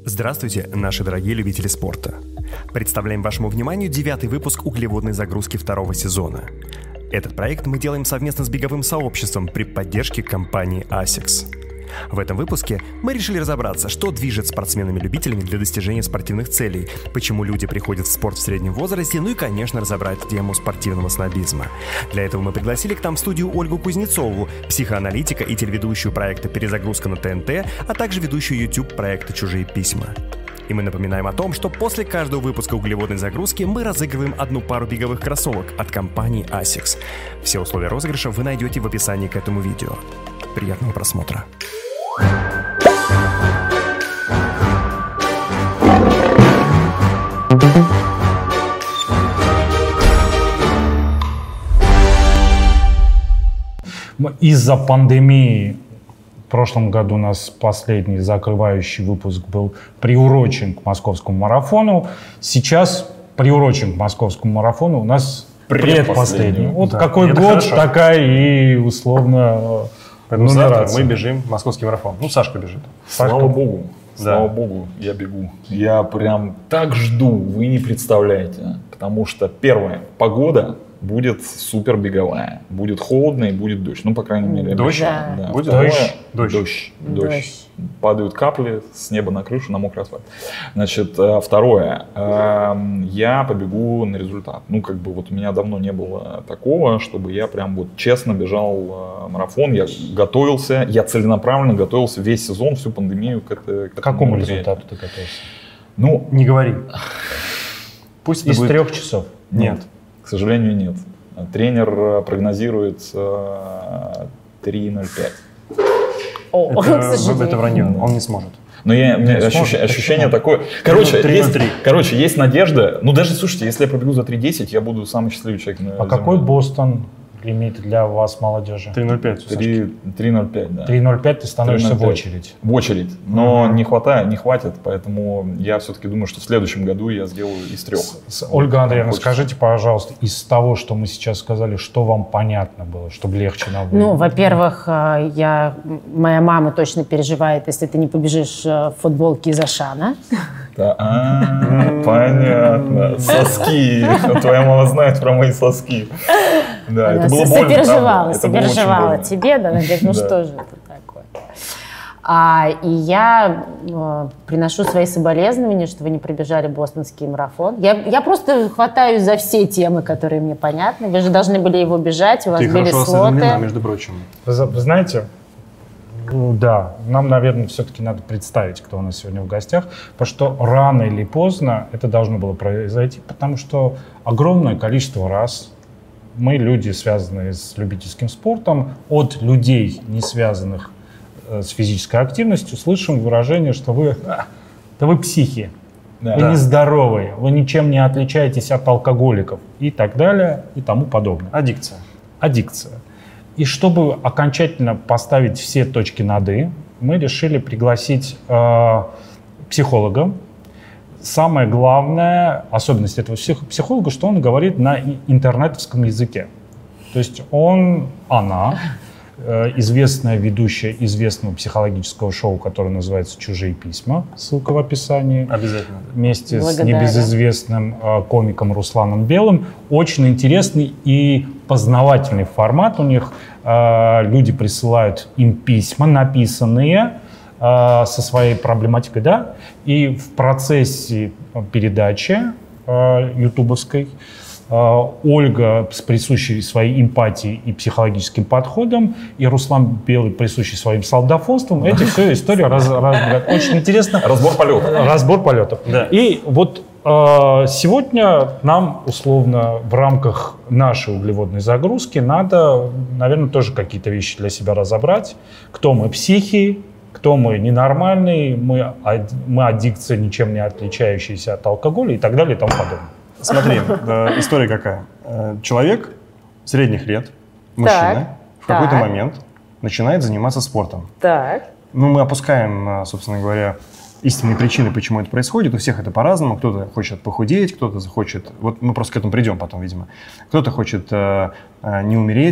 Здравствуйте, наши дорогие любители спорта. Представляем вашему вниманию 9-й выпуск углеводной загрузки 2-го сезона. Этот проект мы делаем совместно с беговым сообществом при поддержке компании ASICS. В этом выпуске мы решили разобраться, что движет спортсменами-любителями для достижения спортивных целей, почему люди приходят в спорт в среднем возрасте, ну и, конечно, разобрать тему спортивного снобизма. Для этого мы пригласили к нам в студию Ольгу Кузнецову, психоаналитика и телеведущую проекта «Перезагрузка» на ТНТ, а также ведущую YouTube проекта «Чужие письма». И мы напоминаем о том, что после каждого выпуска углеводной загрузки мы разыгрываем одну пару беговых кроссовок от компании ASICS. Все условия розыгрыша вы найдете в описании к этому видео. Приятного просмотра. Из-за пандемии в прошлом году у нас последний закрывающий выпуск был приурочен к московскому марафону. Сейчас приурочен к московскому марафону у нас предпоследний. Вот да. Какой год, хорошо. Такая и условно завтра мы бежим московский марафон. Ну, Сашка бежит. Слава богу. Да. Слава богу, я бегу. Я прям так жду, вы не представляете. Потому что, первое, погода будет супер беговая. Будет холодно и будет дождь. Ну, по крайней мере. Дождь? Да. Будет Дождь. Падают капли с неба на крышу, на мокрый асфальт. Значит, второе. Я побегу на результат. Ну, как бы вот у меня давно не было такого, чтобы я прям вот честно бежал марафон. Я готовился, я целенаправленно готовился весь сезон, всю пандемию к какому результату ты готовился? Ну, не говори. Пусть из 3 часов? Нет. К сожалению, нет. Тренер прогнозирует 3:05. Это вранье, он не сможет. Но у меня ощущение такое. Короче, есть надежда. Ну, даже, слушайте, если я пробегу за 3:10, я буду самый счастливый человек на земле. Какой Бостон лимит для вас, молодежи? 3:05. 3:05, да. 3:05 ты становишься в очередь. В очередь. Но не хватит, поэтому я все-таки думаю, что в следующем году я сделаю из 3. Ольга Андреевна, скажите, пожалуйста, из того, что мы сейчас сказали, что вам понятно было, чтобы легче на выбор? Ну, во-первых, моя мама точно переживает, если ты не побежишь в футболке из Ашана. Понятно. Соски. Твоя мама знает про мои соски. Да, это было больно. Сопереживала тебе, да, она говорит, ну что же это такое. И я приношу свои соболезнования, что вы не пробежали бостонский марафон. Я просто хватаюсь за все темы, которые мне понятны. Вы же должны были его бежать, у вас были слоты. Между прочим. Вы знаете, да, нам, наверное, все-таки надо представить, кто у нас сегодня в гостях, потому что рано или поздно это должно было произойти, потому что огромное количество раз мы, люди, связанные с любительским спортом, от людей, не связанных с физической активностью, слышим выражение, что вы психи, вы нездоровые, вы ничем не отличаетесь от алкоголиков и так далее и тому подобное. Аддикция. И чтобы окончательно поставить все точки над «и», мы решили пригласить психолога. Самое главное, особенность этого психолога, что он говорит на интернетовском языке. То есть она, известная ведущая известного психологического шоу, которое называется «Чужие письма», ссылка в описании. Обязательно. Вместе с небезызвестным комиком Русланом Белым. Очень интересный и познавательный формат у них. Люди присылают им письма, написанные со своей проблематикой, да, и в процессе передачи ютубовской Ольга с присущей своей эмпатией и психологическим подходом, и Руслан Белый присущий своим солдафонством, эти все истории разбирают. Очень интересно. Разбор полетов. Да. И вот сегодня нам, условно, в рамках нашей углеводной загрузки надо, наверное, тоже какие-то вещи для себя разобрать. Кто мы, психи, кто мы, ненормальные, мы аддикция, ничем не отличающаяся от алкоголя и так далее и тому подобное. Смотри, история какая. Человек средних лет, мужчина, в какой-то момент начинает заниматься спортом. Так. Ну, мы опускаем, собственно говоря, истинные причины, почему это происходит. У всех это по-разному. Кто-то хочет похудеть, кто-то захочет... Вот мы просто к этому придем потом, видимо. Кто-то хочет не умереть,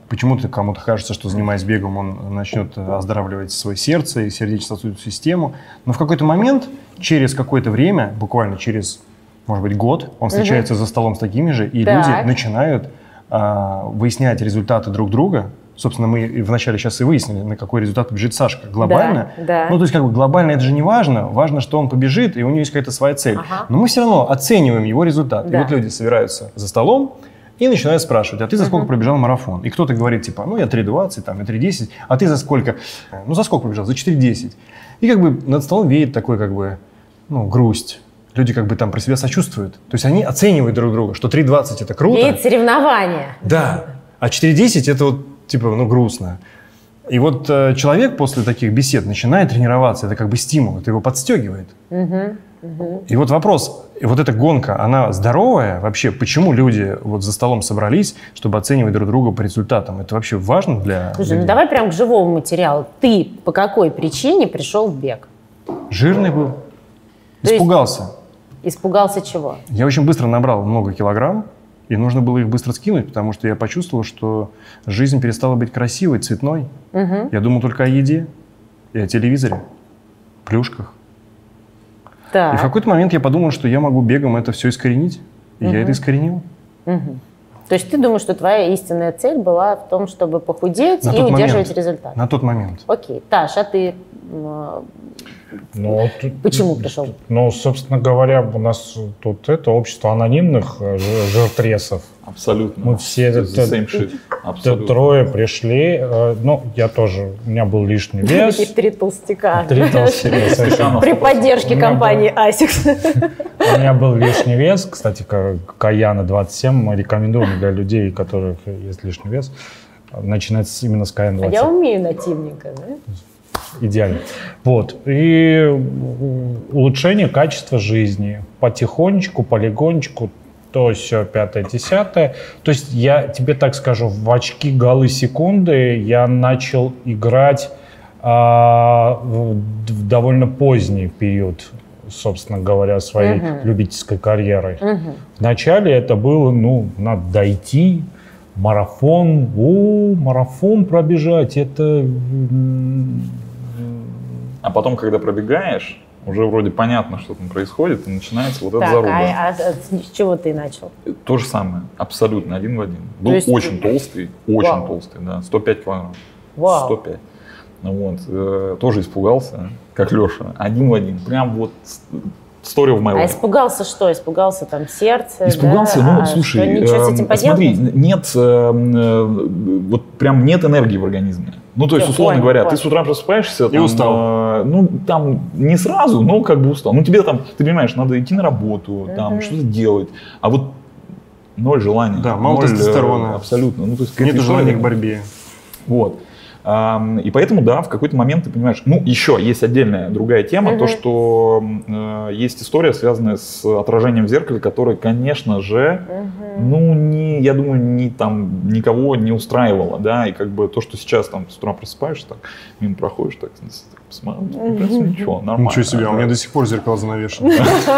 Почему-то кому-то кажется, что, занимаясь бегом, он начнет оздоравливать свое сердце и сердечно-сосудистую систему. Но в какой-то момент, через какое-то время, буквально через, может быть, год, он встречается за столом с такими же, и люди начинают выяснять результаты друг друга. Собственно, мы вначале сейчас и выяснили, на какой результат побежит Сашка. Глобально. Да. Ну, то есть, как бы глобально это же не важно. Важно, что он побежит, и у него есть какая-то своя цель. Но мы все равно оцениваем его результат. Да. И вот люди собираются за столом и начинают спрашивать, а ты за сколько пробежал марафон? И кто-то говорит, типа, ну, я 3:20, там, я 3:10, а ты за сколько? Ну, за сколько побежал? За 4:10. И как бы над столом веет такой, как бы, ну, грусть. Люди как бы там про себя сочувствуют. То есть они оценивают друг друга, что 3:20 это круто. Веет соревнования. Да. А 4:10 это вот, типа, ну, грустно. И вот человек после таких бесед начинает тренироваться. Это как бы стимул, это его подстегивает. И вот вопрос, вот эта гонка, она здоровая вообще? Почему люди вот за столом собрались, чтобы оценивать друг друга по результатам? Это вообще важно для Слушай, людей? ну давай прям к живому материалу. Ты по какой причине пришел в бег? Жирный был. То есть- Испугался. Испугался чего? Я очень быстро набрал много килограмм, и нужно было их быстро скинуть, потому что я почувствовал, что жизнь перестала быть красивой, цветной. Я думал только о еде и о телевизоре, плюшках. Так. И в какой-то момент я подумал, что я могу бегом это все искоренить. И я это искоренил. То есть ты думаешь, что твоя истинная цель была в том, чтобы похудеть На и тот удерживать момент. результат? На тот момент. Окей. Таш, а ты Ну, почему пришел? Ну, собственно говоря, у нас тут это общество анонимных жиртресов. Абсолютно. Мы все The same shit. Абсолютно. трое пришли. Ну, я тоже, у меня был лишний вес. Такие 3 толстяка. 3 толстяка, совершенно. При поддержке У меня компании ASICS. У меня был лишний вес. Кстати, Каяна 27 мы рекомендуем для людей, у которых есть лишний вес, начинать именно с Каяна А 27. я умею нативненько, да? Идеально. Вот. И улучшение качества жизни. Потихонечку, полигонечку, то все, 5-10. То есть я тебе так скажу, в очки голы секунды я начал играть в довольно поздний период, собственно говоря, своей любительской карьеры. Вначале это было, ну, надо дойти, марафон, марафон пробежать, это... А потом, когда пробегаешь, уже вроде понятно, что там происходит, и начинается вот эта Так, заруба. а с чего ты начал? То же самое, абсолютно, один в один. Был есть- очень толстый, да, 105 килограмм. Вау. 105. Вот, тоже испугался, как Леша, один в один. Прям вот story of my А life. испугался что? Испугался там сердце? Испугался, да? ну, слушай, что, ничего с этим поделать? смотри, нет, вот прям нет энергии в организме. Ну, то есть, Я условно понял, говоря, понял. ты с утра просыпаешься, там, устал. ну, там, не сразу, но как бы устал. Ну, тебе там, ты понимаешь, надо идти на работу, там, что-то делать. А вот ноль желания. Да, мало ноль, тестостерона. Абсолютно. Ну, то есть, Нет какая-то желания история. к борьбе. Вот. И поэтому, да, в какой-то момент ты понимаешь, ну, еще есть отдельная другая тема, то, что есть история, связанная с отражением в зеркале, которая, конечно же, ну, не, я думаю, никого не устраивала, да, и как бы то, что сейчас там с утра просыпаешься, так, мимо проходишь, так посмотришь, в принципе, ничего, нормально. Ничего себе, у меня до сих пор зеркало занавешено.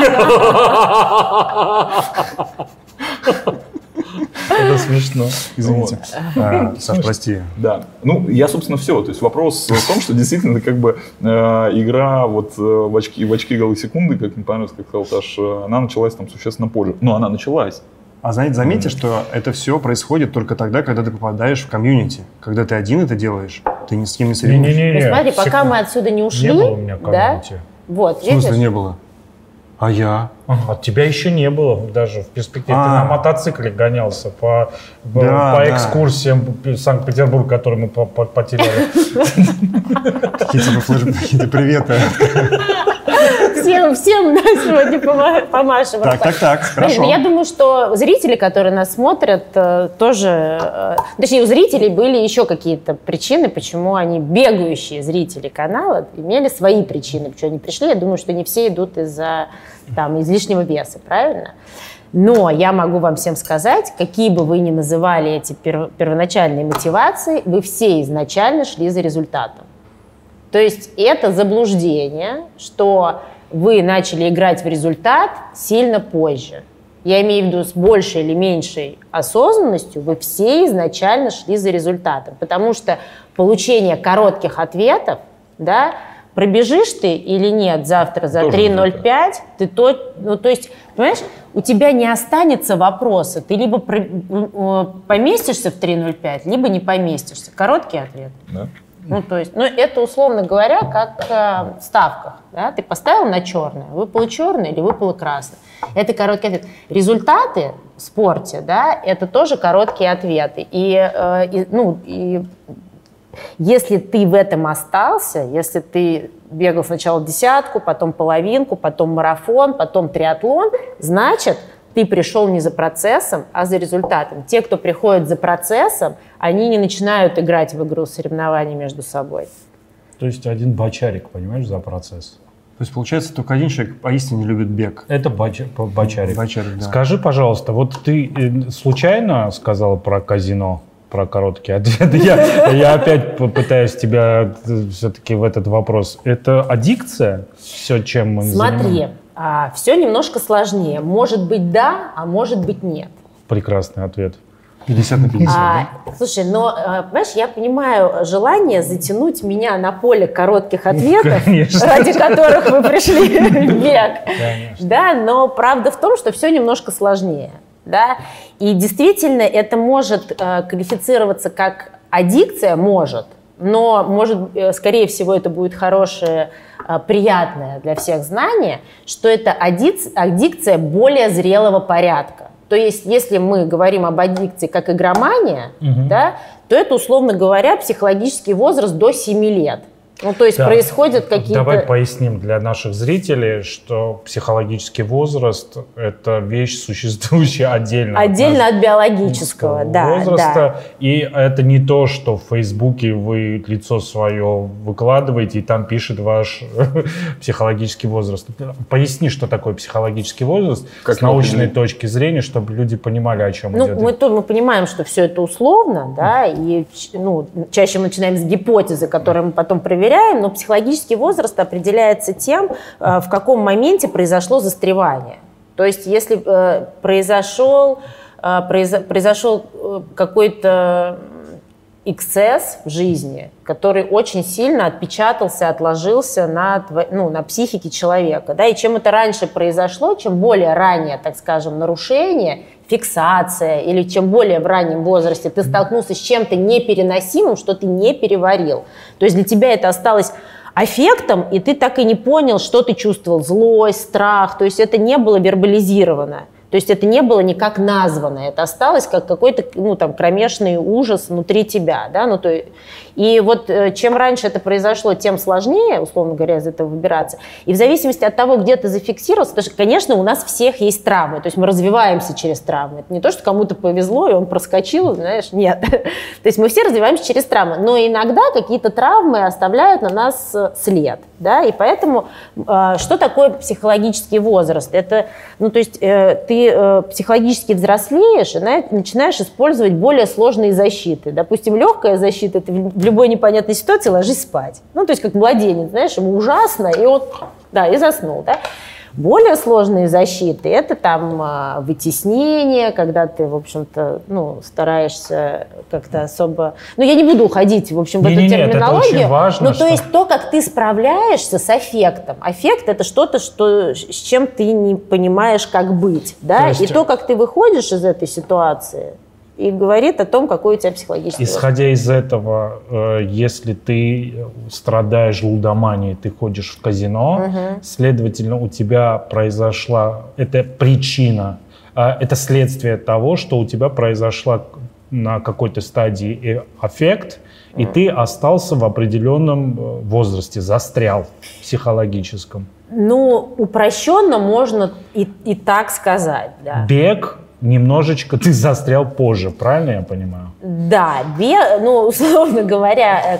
Это смешно. Извините. Саш, прости. Да. Ну, я, собственно, все. То есть вопрос в том, что действительно это как бы игра вот в очки голы секунды, как мне понравилось, как сказал Саш, она началась там существенно позже. Но она началась. А знаете, заметьте, что это все происходит только тогда, когда ты попадаешь в комьюнити. Когда ты один это делаешь, ты ни с кем не соревнуешься. Не-не-не. Ну, смотри, пока мы отсюда не ушли, Не было у меня да? комьюнити. Вот, В смысле видишь? не было? А я? От тебя еще не было даже в перспективе. Ты на мотоцикле гонялся по Да. экскурсиям в Санкт-Петербург, которые мы потеряли. Какие-то приветы. Всем да, сегодня помашем. Так, хорошо. Я думаю, что зрители, которые нас смотрят, тоже... Точнее, у зрителей были еще какие-то причины, почему они, бегающие зрители канала, имели свои причины, почему они пришли. Я думаю, что не все идут из-за излишнего веса, правильно? Но я могу вам всем сказать, какие бы вы ни называли эти первоначальные мотивации, вы все изначально шли за результатом. То есть это заблуждение, что вы начали играть в результат сильно позже. я имею в виду с большей или меньшей осознанностью, вы все изначально шли за результатом. Потому что получение коротких ответов, да, пробежишь ты или нет завтра за 3:05, ты то есть, понимаешь, у тебя не останется вопроса. Ты либо поместишься в 3:05, либо не поместишься. Короткий ответ. Да. То есть, это, условно говоря, как в ставках. Да? Ты поставил на черное, выпало черное или выпало красное. Это короткий ответ. Результаты в спорте, да, это тоже короткие ответы. И если ты в этом остался, если ты бегал сначала десятку, потом половинку, потом марафон, потом триатлон, значит, ты пришел не за процессом, а за результатом. Те, кто приходит за процессом, они не начинают играть в игру соревнований между собой. То есть один бочарик, понимаешь, за процесс. То есть, получается, только один человек поистине любит бег. Это бочарик. Бочарик, да. Скажи, пожалуйста, вот ты случайно сказала про казино, про короткие ответы? Я опять попытаюсь тебя все-таки в этот вопрос. Это аддикция? Все, чем мы занимаемся? Смотри, все немножко сложнее. Может быть да, а может быть нет. Прекрасный ответ. 50 на 50, да? Слушай, понимаешь, я понимаю желание затянуть меня на поле коротких ответов, Конечно. ради которых вы пришли в бег. Конечно. Да, но правда в том, что все немножко сложнее. Да? И действительно это может квалифицироваться как аддикция, но скорее всего, это будет хорошее, приятное для всех знание, что это аддикция более зрелого порядка. То есть, если мы говорим об аддикции как игромания, да, то это, условно говоря, психологический возраст до 7 лет. То есть происходят какие-то... Давай поясним для наших зрителей, что психологический возраст – это вещь, существующая отдельно. Отдельно от биологического, возраста. Да. И это не то, что в Фейсбуке вы лицо свое выкладываете, и там пишет ваш психологический возраст. Поясни, что такое психологический возраст с научной точки зрения, чтобы люди понимали, о чем идет. Мы понимаем, что все это условно, да, и чаще мы начинаем с гипотезы, которые мы потом проверяем, но психологический возраст определяется тем, в каком моменте произошло застревание. То есть, если произошел какой-то эксцесс в жизни, который очень сильно отпечатался, отложился на психике человека. Да? И чем это раньше произошло, чем более раннее, так скажем, нарушение, фиксация, или чем более в раннем возрасте ты столкнулся с чем-то непереносимым, что ты не переварил. То есть для тебя это осталось аффектом, и ты так и не понял, что ты чувствовал, злость, страх. То есть это не было вербализировано. То есть это не было никак названо, это осталось как какой-то кромешный ужас внутри тебя. Да? И вот чем раньше это произошло, тем сложнее, условно говоря, из этого выбираться. И в зависимости от того, где ты зафиксировался, потому что, конечно, у нас всех есть травмы, то есть мы развиваемся через травмы. Это не то, что кому-то повезло, и он проскочил, знаешь, нет. То есть мы все развиваемся через травмы, но иногда какие-то травмы оставляют на нас след. Да? И поэтому что такое психологический возраст? Это, ты психологически взрослеешь и начинаешь использовать более сложные защиты. Допустим, легкая защита, ты в любой непонятной ситуации ложись спать. То есть как младенец, знаешь, ему ужасно, и он, и заснул, да. Более сложные защиты – это вытеснение, когда ты, в общем-то, стараешься как-то особо… я не буду уходить, в общем, в эту терминологию. Это очень важно, то есть то, как ты справляешься с аффектом. Аффект – это что-то, с чем ты не понимаешь, как быть. Да? И то, как ты выходишь из этой ситуации, и говорит о том, какой у тебя психологический возраст. Исходя из этого, если ты страдаешь лудоманией, ты ходишь в казино, следовательно, у тебя произошла, это причина, это следствие того, что у тебя произошла на какой-то стадии аффект, и ты остался в определенном возрасте, застрял психологическом. Упрощенно можно и так сказать. Да. Бег немножечко ты застрял позже, правильно я понимаю? Да, условно говоря,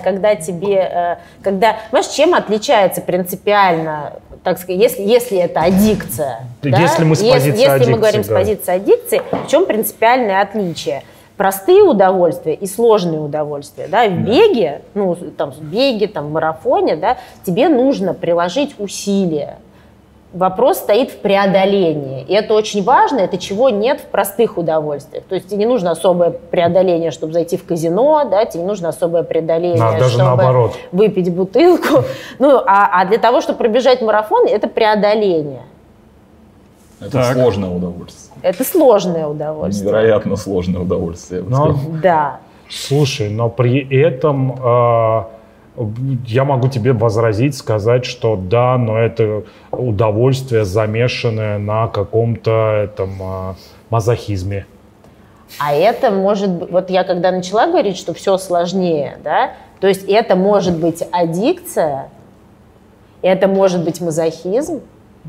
понимаешь, чем отличается принципиально, так сказать, если это аддикция? Если мы с позиции аддикции. Если мы говорим с позиции аддикции, в чем принципиальное отличие? Простые удовольствия и сложные удовольствия. Да? В беге, в марафоне, да, тебе нужно приложить усилия. вопрос стоит в преодолении. И это очень важно, это чего нет в простых удовольствиях. То есть тебе не нужно особое преодоление, чтобы зайти в казино, да, тебе не нужно особое преодоление, даже чтобы наоборот. выпить бутылку. Ну, а для того, чтобы пробежать марафон, это преодоление. Это сложное удовольствие. Это сложное удовольствие. Невероятно сложное удовольствие, я бы сказал. Да. Слушай, но при этом я могу тебе возразить, сказать, что да, но это удовольствие, замешанное на каком-то этом мазохизме. А это может быть, вот я когда начала говорить, что все сложнее, да, то есть это может быть аддикция, это может быть мазохизм,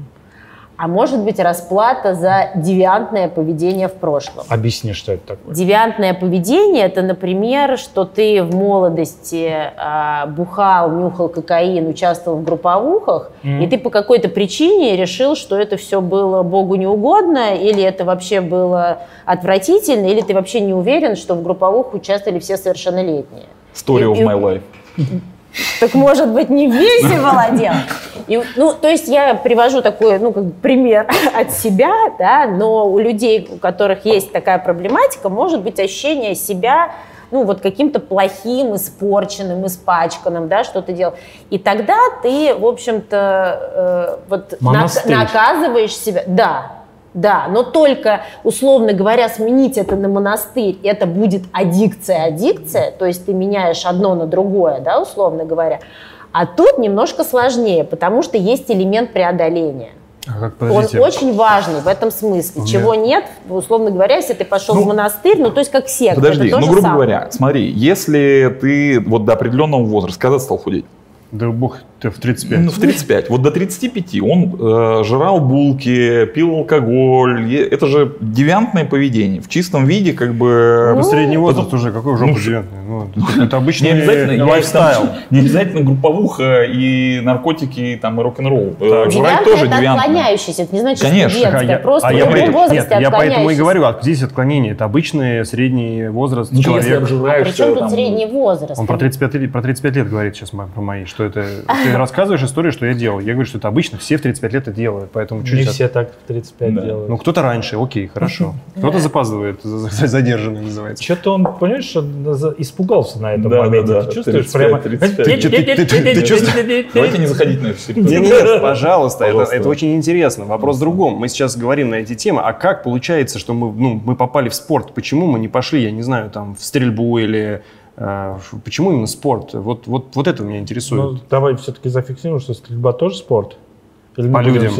а может быть расплата за девиантное поведение в прошлом. Объясни, что это такое. Девиантное поведение – это, например, что ты в молодости бухал, нюхал кокаин, участвовал в групповухах, и ты по какой-то причине решил, что это все было Богу неугодно, или это вообще было отвратительно, или ты вообще не уверен, что в групповухах участвовали все совершеннолетние. Story of my life. Так, может быть, не весь молодец. Ну, то есть я привожу такой, ну, как бы пример от себя, да, но у людей, у которых есть такая проблематика, может быть ощущение себя, ну, вот каким-то плохим, испорченным, испачканным, да, что ты делал. И тогда ты, в общем-то, наказываешь себя. Да, но только, условно говоря, сменить это на монастырь, это будет аддикция, то есть ты меняешь одно на другое, да, условно говоря. А тут немножко сложнее, потому что есть элемент преодоления. Он очень важный в этом смысле. Чего нет, условно говоря, если ты пошел в монастырь, ну, то есть как секта. Подожди, это грубо говоря, смотри, если ты вот до определенного возраста, когда стал худеть? Да бог, ты в 35. Ну, в 35. Вот до 35 он жрал булки, пил алкоголь. Это же девиантное поведение. В чистом виде как бы... Ну, средний возраст уже, какой жопа девиантный? Ну, это обычный лайфстайл. Не обязательно групповуха и наркотики, там, и рок-н-ролл. Жрать тоже это девиантное. отклоняющееся, это не значит, Конечно. что детское. Просто в любом возрасте я поэтому и говорю, здесь отклонение. Это обычный средний возраст человека. При чем тут средний возраст? Он про 35 лет говорит сейчас про мои, что это... Ты рассказываешь историю, что я делал. Я говорю, что это обычно все в 35 лет это делают. Поэтому не все так в 35 делают. Ну, кто-то раньше, окей, хорошо. Кто-то запазвает, задержанный называется. Что-то он, понимаешь, испугался на этом моменте. Да, ты чувствуешь прямо... Ты чувствуешь? Давайте не заходить на эту территорию. Нет, пожалуйста, это очень интересно. Вопрос в другом. Мы сейчас говорим на эти темы. А как получается, что мы попали в спорт? Почему мы не пошли, я не знаю, там, в стрельбу или... Почему именно спорт? Вот это меня интересует. Ну, давай все-таки зафиксируем, что стрельба тоже спорт. Или по людям.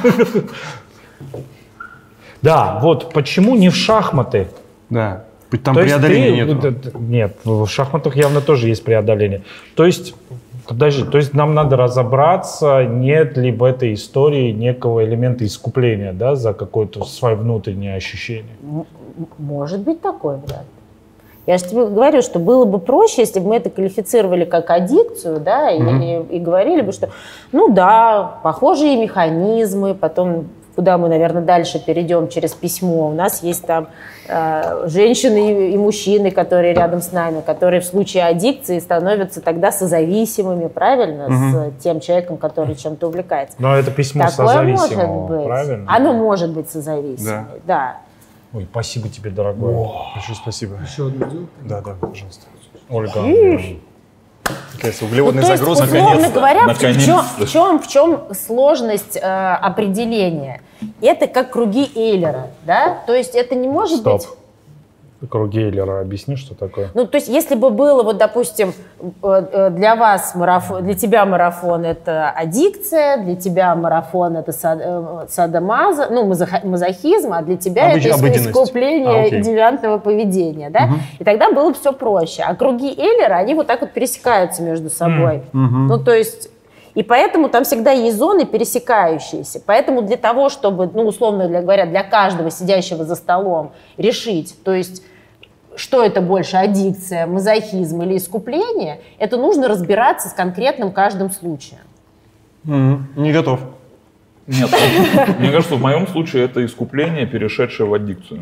Да, вот почему не в шахматы? Да, там преодоления нет. Нет, в шахматах явно тоже есть преодоление. То есть, подожди, нам надо разобраться, нет ли в этой истории некого элемента искупления, да, за какое-то свое внутреннее ощущение? Может быть такой вариант. Я же тебе говорю, что было бы проще, если бы мы это квалифицировали как аддикцию, да, и говорили бы, что, ну да, похожие механизмы, потом, куда мы, наверное, дальше перейдем через письмо. У нас есть там женщины и мужчины, которые рядом с нами, которые в случае аддикции становятся тогда созависимыми, правильно, с тем человеком, который чем-то увлекается. Но это письмо созависимого, правильно? Оно может быть созависимым, да. Ой, спасибо тебе, дорогой. Большое спасибо. Еще одну сделай? Да, пожалуйста. Ольга. Углеводный то есть, загруз условно говоря, наконец-то. в чем сложность определения? Это как круги Эйлера, да? То есть это не может быть... Круги Эйлера, объясни, что такое. Ну, то есть, если бы было, вот, допустим, для вас марафон, для тебя марафон это аддикция, для тебя марафон это садомазо, ну, мазохизм, а для тебя это искупление девиантного поведения, да? И тогда было бы все проще. А круги Эйлера, они вот так вот пересекаются между собой. Ну, то есть... И поэтому там всегда есть зоны пересекающиеся. Поэтому для того, чтобы, ну, условно говоря, для каждого сидящего за столом решить, то есть, что это больше, аддикция, мазохизм или искупление, это нужно разбираться с конкретным каждым случаем. Не готов. Нет, мне кажется, в моем случае это искупление, перешедшее в аддикцию. То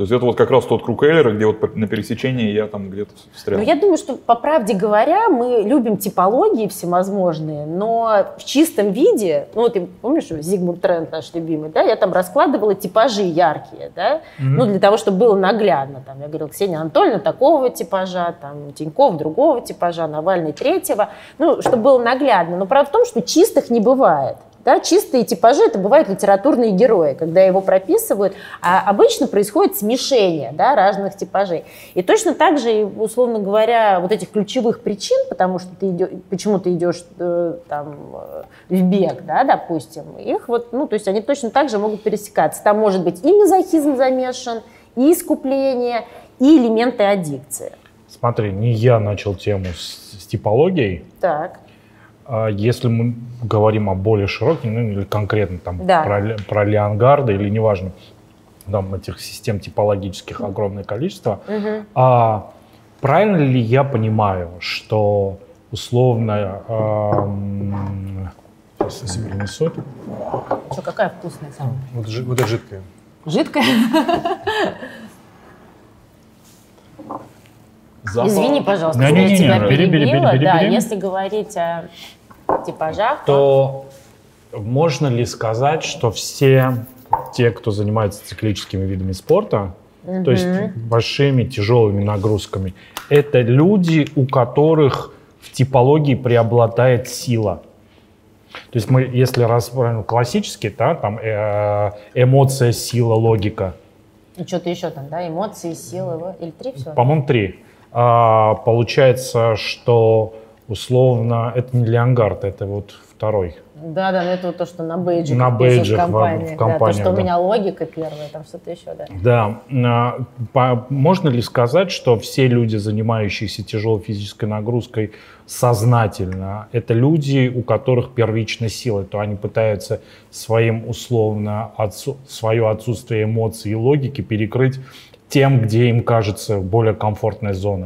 То есть это вот как раз тот круг Эйлера, где вот на пересечении я там где-то встрял. Ну, я думаю, что, по правде говоря, мы любим типологии всевозможные, но в чистом виде, ну, ты помнишь, Зигмунд Тренд наш любимый, да, я там раскладывала типажи яркие, да, ну, для того, чтобы было наглядно. Там, я говорила, Ксения Анатольевна такого типажа, там, Тиньков другого типажа, Навальный третьего, ну, чтобы было наглядно. Но правда в том, что чистых не бывает. Да, чистые типажи — это бывают литературные герои, когда его прописывают, а обычно происходит смешение, да, разных типажей. И точно так же, условно говоря, вот этих ключевых причин, потому что почему ты идешь там, в бег, да, допустим, их вот, ну, то есть они точно так же могут пересекаться. Там может быть и мазохизм замешан, и искупление, и элементы аддикции. Смотри, не я начал тему с типологией. Так. Если мы говорим о более широком, ну или конкретно там да. про Леонгарда или неважно, там этих систем типологических огромное количество, правильно ли я понимаю, что условно сейчас я принесу. Что, какая вкусная самая? Вот это жидкая. Жидкая? Запах. Извини, пожалуйста, я тебя перебила. Да, бери. если говорить о типажах, то можно ли сказать, что все те, кто занимается циклическими видами спорта, то есть большими тяжелыми нагрузками, это люди, у которых в типологии преобладает сила? То есть мы, если разбираем классически, да, там эмоция, сила, логика. И что-то еще там, да? Эмоции, силы, или 3 всего? По-моему, 3. Получается, что условно это не Леонгард, это вот второй. Да, но это вот то, что на бейджиках на бейджах в компании. да, то, что у меня логика первая, там что-то еще, да. Да. Можно ли сказать, что все люди, занимающиеся тяжелой физической нагрузкой сознательно, это люди, у которых первичная сила, то они пытаются своим условно свое отсутствие эмоций и логики перекрыть тем, где им кажется более комфортная зона?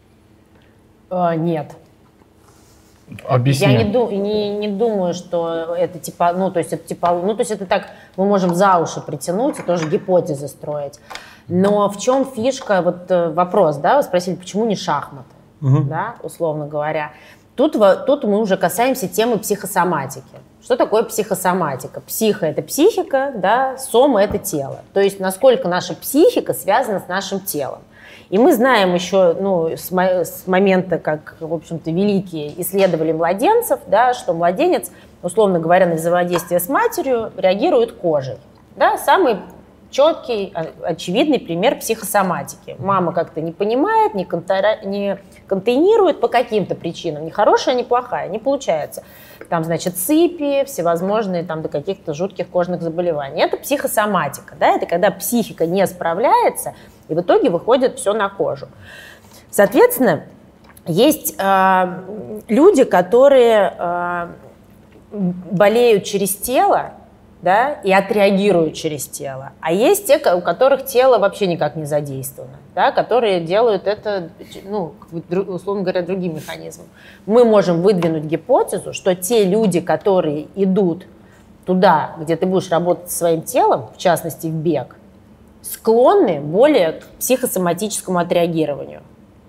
Нет. Объясни. Я не думаю, что это типа, ну, то есть это так, мы можем за уши притянуть и тоже гипотезы строить. Но в чем фишка, вот вопрос, да, вы спросили, почему не шахматы, да, условно говоря. Тут мы уже касаемся темы психосоматики. Что такое психосоматика? Психо — это психика, да, сома — это тело. То есть насколько наша психика связана с нашим телом. И мы знаем еще, ну, с момента, как, в общем-то, великие исследовали младенцев, да, что младенец, условно говоря, на взаимодействие с матерью реагирует кожей. Да, самый четкий, очевидный пример психосоматики. Мама как-то не понимает, не контейнирует по каким-то причинам. Ни хорошая, ни плохая, не получается. Там, значит, сыпи, всевозможные там, до каких-то жутких кожных заболеваний. Это психосоматика. Да? Это когда психика не справляется, и в итоге выходит все на кожу. Соответственно, есть люди, которые болеют через тело, да, и отреагируют через тело. А есть те, у которых тело вообще никак не задействовано, да, которые делают это, ну, условно говоря, другим механизмом. Мы можем выдвинуть гипотезу, что те люди, которые идут туда, где ты будешь работать со своим телом, в частности в бег, склонны более к психосоматическому отреагированию.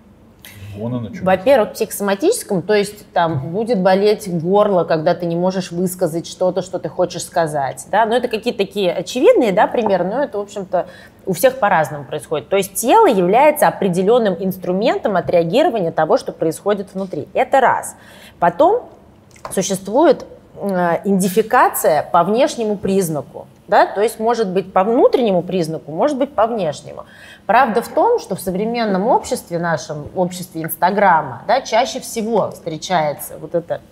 Во-первых, психосоматическому, то есть там будет болеть горло, когда ты не можешь высказать что-то, что ты хочешь сказать. Да? Но это какие-то такие очевидные, да, примеры, но это, в общем-то, у всех по-разному происходит. То есть тело является определенным инструментом отреагирования того, что происходит внутри. Это раз. Потом существует идентификация по внешнему признаку. Да? То есть может быть по внутреннему признаку, может быть по внешнему. Правда в том, что в современном обществе, нашем обществе Инстаграма, да, чаще всего встречается вот эта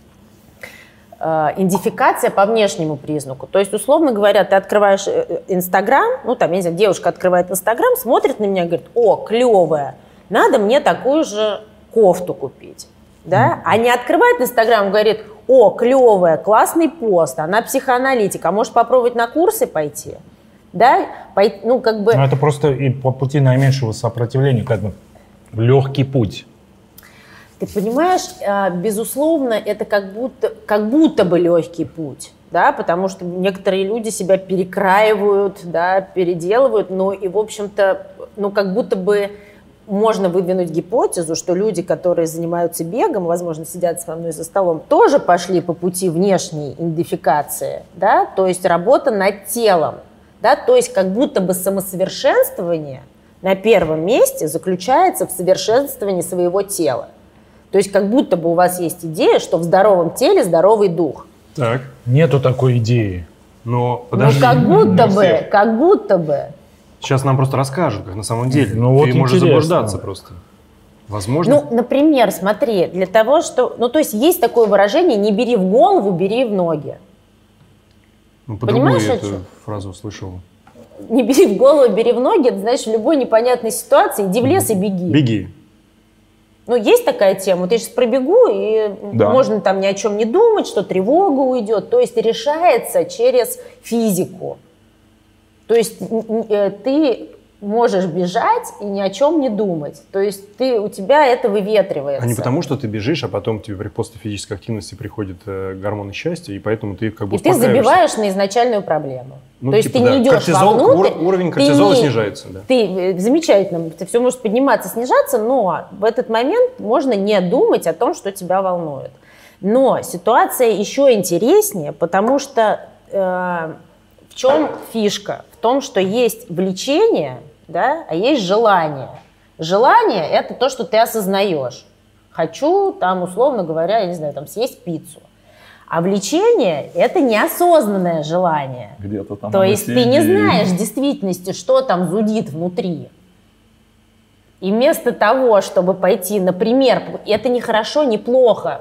идентификация по внешнему признаку. То есть, условно говоря, ты открываешь Инстаграм, ну там, я не знаю, девушка открывает Инстаграм, смотрит на меня и говорит: о, клевая, надо мне такую же кофту купить. Да? А не открывает Инстаграм и говорит: о, клевая, классный пост, она психоаналитик, а может попробовать на курсы пойти? Да? Ну, как бы... Но это просто и по пути наименьшего сопротивления, как бы легкий путь. Ты понимаешь, безусловно, это как будто бы легкий путь. да, потому что некоторые люди себя перекраивают, да, переделывают, но и, в общем-то, ну, как будто бы можно выдвинуть гипотезу, что люди, которые занимаются бегом, возможно, сидят со мной за столом, тоже пошли по пути внешней идентификации, да, то есть работа над телом, да, то есть как будто бы самосовершенствование на первом месте заключается в совершенствовании своего тела. То есть как будто бы у вас есть идея, что в здоровом теле здоровый дух. Так. Нету такой идеи. Но подожди. Ну, как будто бы. Сейчас нам просто расскажут, как на самом деле. Ну, вот ты можешь интересно. заблуждаться просто. Возможно. Ну, например, смотри, для того, что... Ну, то есть есть такое выражение «не бери в голову, бери в ноги». Ну, по-другому понимаешь, я о эту чем? фразу слышал. Не бери в голову, бери в ноги, это, знаешь, в любой непонятной ситуации иди в лес и беги. Беги. Ну, есть такая тема, вот я сейчас пробегу, и Да. можно там ни о чем не думать, что тревога уйдет. То есть решается через физику. То есть ты можешь бежать и ни о чем не думать. То есть у тебя это выветривается. А не потому, что ты бежишь, а потом тебе после физической активности приходят гормоны счастья, и поэтому ты как бы И ты успокаиваешься. забиваешь на изначальную проблему. Ну, то есть типа, ты да. не идешь Кортизол, вовнутрь. уровень ты кортизола не- снижается, да. Ты замечательно, это все может подниматься, снижаться, но в этот момент можно не думать о том, что тебя волнует. Но ситуация еще интереснее, потому что в чем фишка? В том, что есть влечение, да, а есть желание. Желание – это то, что ты осознаешь. Хочу, там, условно говоря, я не знаю, там, съесть пиццу. А влечение – это неосознанное желание. Где-то там То оно есть ты не сидит. знаешь в действительности, что там зудит внутри. И вместо того, чтобы пойти, например, это не хорошо, не плохо,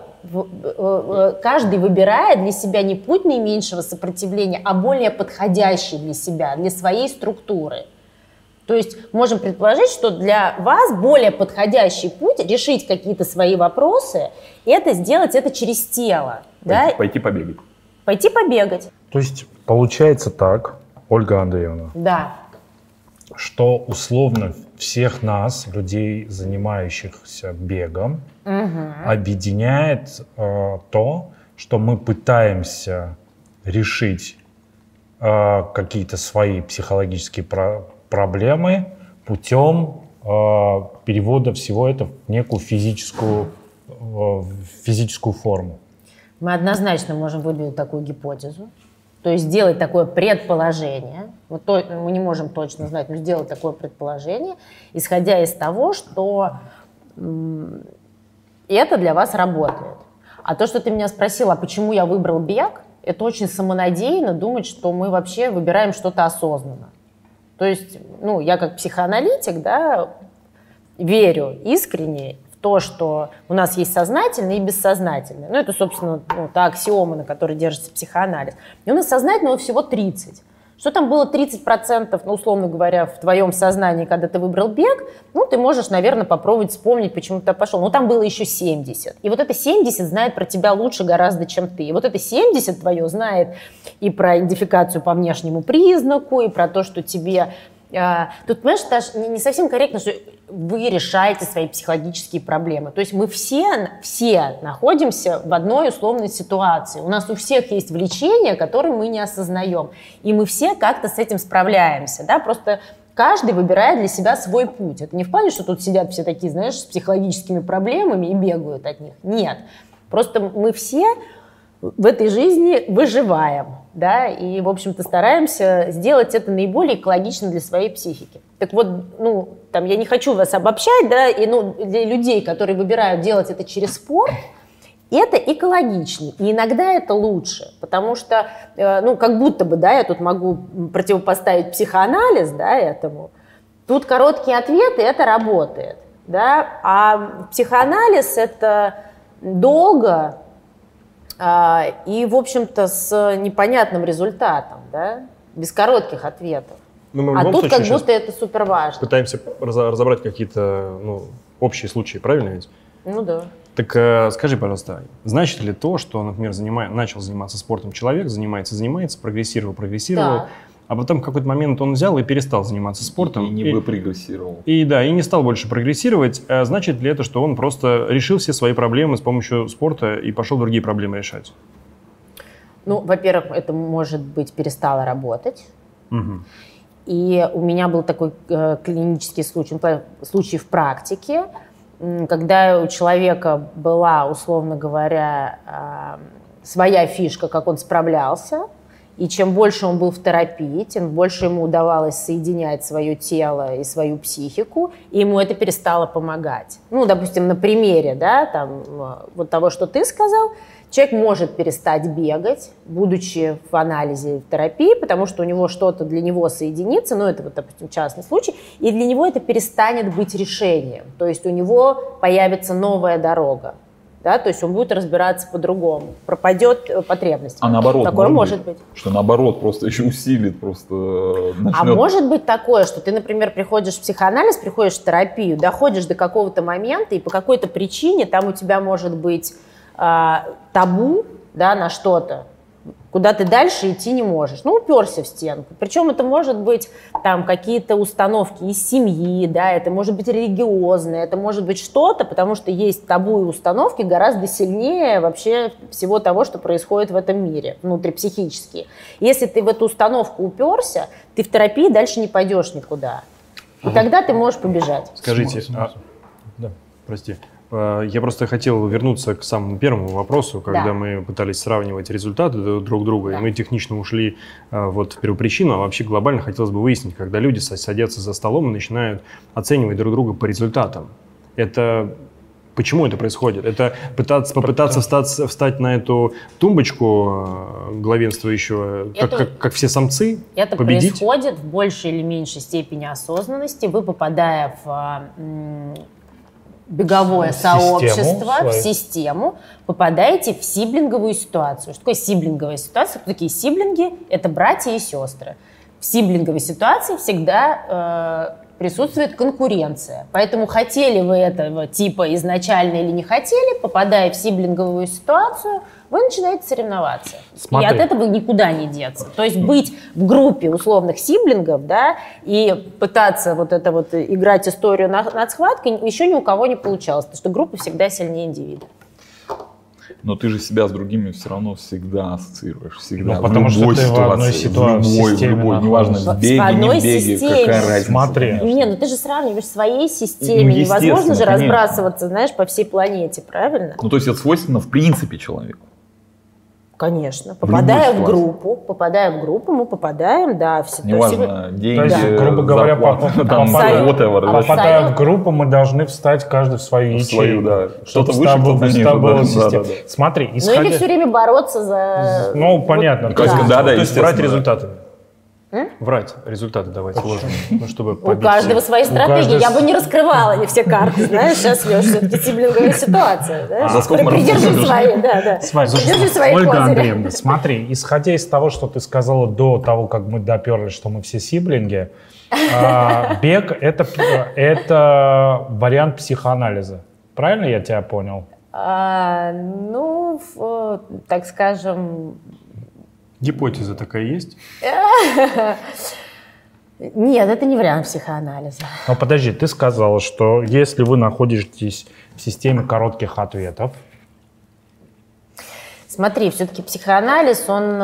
каждый выбирает для себя не путь наименьшего сопротивления, а более подходящий для себя, для своей структуры. То есть можем предположить, что для вас более подходящий путь решить какие-то свои вопросы – это сделать это через тело. Да? Пойти побегать. Пойти побегать. То есть получается так, Ольга Андреевна, Да. что условно всех нас, людей, занимающихся бегом, объединяет то, что мы пытаемся решить какие-то свои психологические проблемы путем перевода всего это в некую физическую форму. Мы однозначно можем выдвинуть такую гипотезу. То есть сделать такое предположение, мы не можем точно знать, но сделать такое предположение, исходя из того, что это для вас работает. А то, что ты меня спросила, а почему я выбрал бег, это очень самонадеянно думать, что мы вообще выбираем что-то осознанно. То есть, я как психоаналитик, да, верю искренне в то, что у нас есть сознательное и бессознательное. Это, собственно, та аксиома, на которой держится психоанализ. И у нас сознательного всего 30. Что там было 30%, условно говоря, в твоем сознании, когда ты выбрал бег, ты можешь, наверное, попробовать вспомнить, почему ты пошел. Но там было еще 70. И вот это 70 знает про тебя лучше гораздо, чем ты. И вот это 70 твое знает и про идентификацию по внешнему признаку, и про то, что тебе... Тут, понимаешь, даже не совсем корректно, что вы решаете свои психологические проблемы. То есть мы все находимся в одной условной ситуации. У нас у всех есть влечения, которые мы не осознаем. И мы все как-то с этим справляемся. Да? Просто каждый выбирает для себя свой путь. Это не в плане, что тут сидят все такие, знаешь, с психологическими проблемами и бегают от них. Нет. Просто мы все в этой жизни выживаем, да, и, в общем-то, стараемся сделать это наиболее экологично для своей психики. Так вот, я не хочу вас обобщать, да, и, для людей, которые выбирают делать это через спорт, это экологичнее, и иногда это лучше, потому что, как будто бы, да, я тут могу противопоставить психоанализ, да, этому. Тут короткие ответы, это работает, да, а психоанализ – это долго, и, в общем-то, с непонятным результатом, да, без коротких ответов. Мы в А любом тут случае как будто это супер важно. пытаемся разобрать какие-то общие случаи, правильно ведь? Да. Так скажи, пожалуйста, значит ли то, что, например, начал заниматься спортом человек, занимается, прогрессировал, Да. а потом в какой-то момент он взял и перестал заниматься спортом. И не выпрогрессировал. И не стал больше прогрессировать. Значит ли это, что он просто решил все свои проблемы с помощью спорта и пошел другие проблемы решать? Ну, во-первых, это, может быть, перестало работать. И у меня был такой клинический случай в практике, когда у человека была, условно говоря, своя фишка, как он справлялся, и чем больше он был в терапии, тем больше ему удавалось соединять свое тело и свою психику, и ему это перестало помогать. Ну, допустим, на примере, да, там, вот того, что ты сказал, человек может перестать бегать, будучи в анализе в терапии, потому что у него что-то для него соединится, ну, это вот, допустим, частный случай, и для него это перестанет быть решением, то есть у него появится новая дорога. Да, то есть он будет разбираться по-другому, пропадет потребность. А наоборот, такое может быть. Что наоборот просто еще усилит, просто начнет... А может быть такое, что ты, например, приходишь в психоанализ, приходишь в терапию, доходишь до какого-то момента, и по какой-то причине там у тебя может быть табу, да, на что-то, куда ты дальше идти не можешь. Ну, уперся в стенку. Причем это может быть там какие-то установки из семьи, да, это может быть религиозное, это может быть что-то, потому что есть табу и установки гораздо сильнее вообще всего того, что происходит в этом мире, внутрипсихически. Если ты в эту установку уперся, ты в терапии дальше не пойдешь никуда. И тогда ты можешь побежать. Скажите, прости. Я просто хотел вернуться к самому первому вопросу, когда мы пытались сравнивать результаты друг друга, и мы технично ушли вот в первопричину, а вообще глобально хотелось бы выяснить, когда люди садятся за столом и начинают оценивать друг друга по результатам. Почему это происходит? Это попытаться встать на эту тумбочку главенствующего, как все самцы, это победить? Это происходит в большей или меньшей степени осознанности. Вы, попадая в беговое сообщество, в систему, попадаете в сиблинговую ситуацию. Что такое сиблинговая ситуация? Кто такие сиблинги? Это братья и сестры. В сиблинговой ситуации всегда присутствует конкуренция. Поэтому хотели вы этого типа изначально или не хотели, попадая в сиблинговую ситуацию, вы начинаете соревноваться. Смотри. И от этого никуда не деться. То есть быть в группе условных сиблингов, да, и пытаться вот это вот играть историю над схваткой еще ни у кого не получалось, потому что группа всегда сильнее индивида. Но ты же себя с другими все равно всегда ассоциируешь. Всегда. Ну, потому что ты в одной ситуации, в любой, неважно, в беге, не в беге, какая разница. Смотри. Не, ну ты же сравниваешь в своей системе. Невозможно же разбрасываться, знаешь, по всей планете, правильно? Ну, то есть это свойственно в принципе человеку. Конечно. Попадая в группу, мы попадаем, да, в ситуацию. Неважно, деньги, то есть, грубо говоря, попадая в группу, мы должны встать каждый в свою ячейку. Да. Что-то выше, кто-то ниже. Смотри, исходя... Ну или все время бороться за... Ну, понятно. То есть брать результаты. Врать результаты давать сложно, чтобы у каждого свои стратегии. Я бы не раскрывала не все карты, знаешь, сейчас, Леш, все-таки сиблинговая ситуация. Придержи свои, да. Придержи свои Ольга козыри. Андреевна, смотри, исходя из того, что ты сказала до того, как мы доперлись, что мы все сиблинги, бег — это вариант психоанализа. Правильно я тебя понял? Ну, так скажем... Гипотеза такая есть? Нет, это не вариант психоанализа. Но подожди, ты сказала, что если вы находитесь в системе коротких ответов... Смотри, все-таки психоанализ, он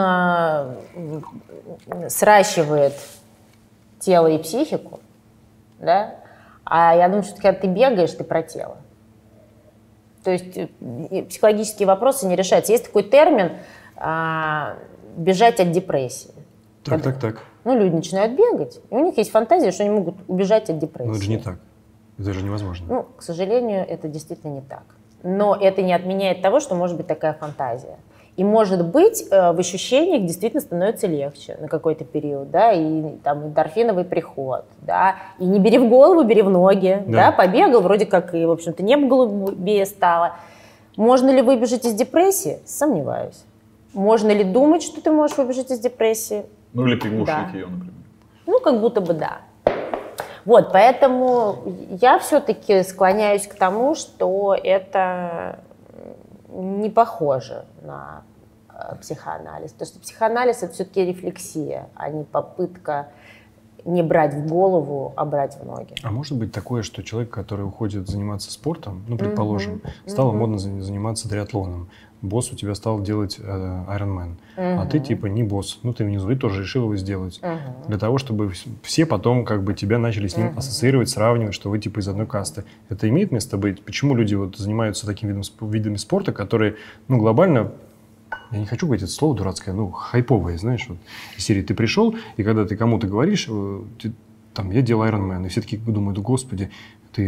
сращивает тело и психику, да? А я думаю, что когда ты бегаешь, ты про тело. То есть психологические вопросы не решаются. Есть такой термин бежать от депрессии. Так. Ну, люди начинают бегать, и у них есть фантазия, что они могут убежать от депрессии. Но это же не так. Это же невозможно. Ну, к сожалению, это действительно не так. Но это не отменяет того, что может быть такая фантазия. И, может быть, в ощущениях действительно становится легче на какой-то период, да, и там эндорфиновый приход, да, и не бери в голову, бери в ноги, да, побегал, вроде как и, в общем-то, небо голубее стало. Можно ли выбежать из депрессии? Сомневаюсь. Можно ли думать, что ты можешь выбежать из депрессии? Ну или приглушить ее, например. Ну, как будто бы да. Вот, поэтому я все-таки склоняюсь к тому, что это не похоже на психоанализ. Потому что психоанализ — это все-таки рефлексия, а не попытка не брать в голову, а брать в ноги. А может быть такое, что человек, который уходит заниматься спортом, ну, предположим, стало модно заниматься триатлоном, босс у тебя стал делать Ironman, а ты типа не босс, ну ты внизу и тоже решил его сделать. Для того, чтобы все потом как бы тебя начали с ним ассоциировать, сравнивать, что вы типа из одной касты. Это имеет место быть? Почему люди вот занимаются такими видами спорта, которые, ну, глобально, я не хочу говорить это слово дурацкое, ну, хайповое, знаешь, вот из серии ты пришел, и когда ты кому-то говоришь, там, я делаю Ironman, и все таки думают, господи, ты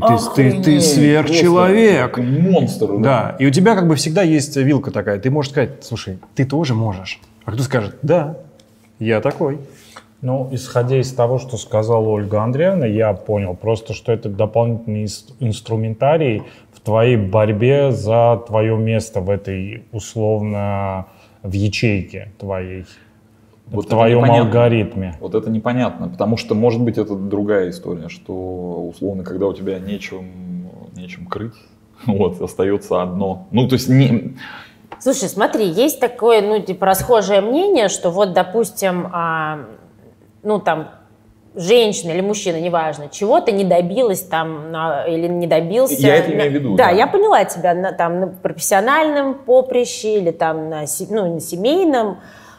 сверхчеловек. Монстр. Да, и у тебя как бы всегда есть вилка такая. Ты можешь сказать, слушай, ты тоже можешь. А кто скажет, да, я такой. Ну, исходя из того, что сказала Ольга Андреевна, я понял просто, что это дополнительный инструментарий в твоей борьбе за твое место в этой, условно, в ячейке твоей. Вот в твоем алгоритме. Вот это непонятно, потому что, может быть, это другая история, что, условно, когда у тебя нечем крыть, вот, остается одно. Ну, то есть... Слушай, смотри, есть такое, ну, типа, расхожее мнение, что вот, допустим, ну, там, женщина или мужчина, неважно, чего-то не добилась там или не добился. Я это имею в виду. Да, я поняла тебя там на профессиональном поприще или там на семейном.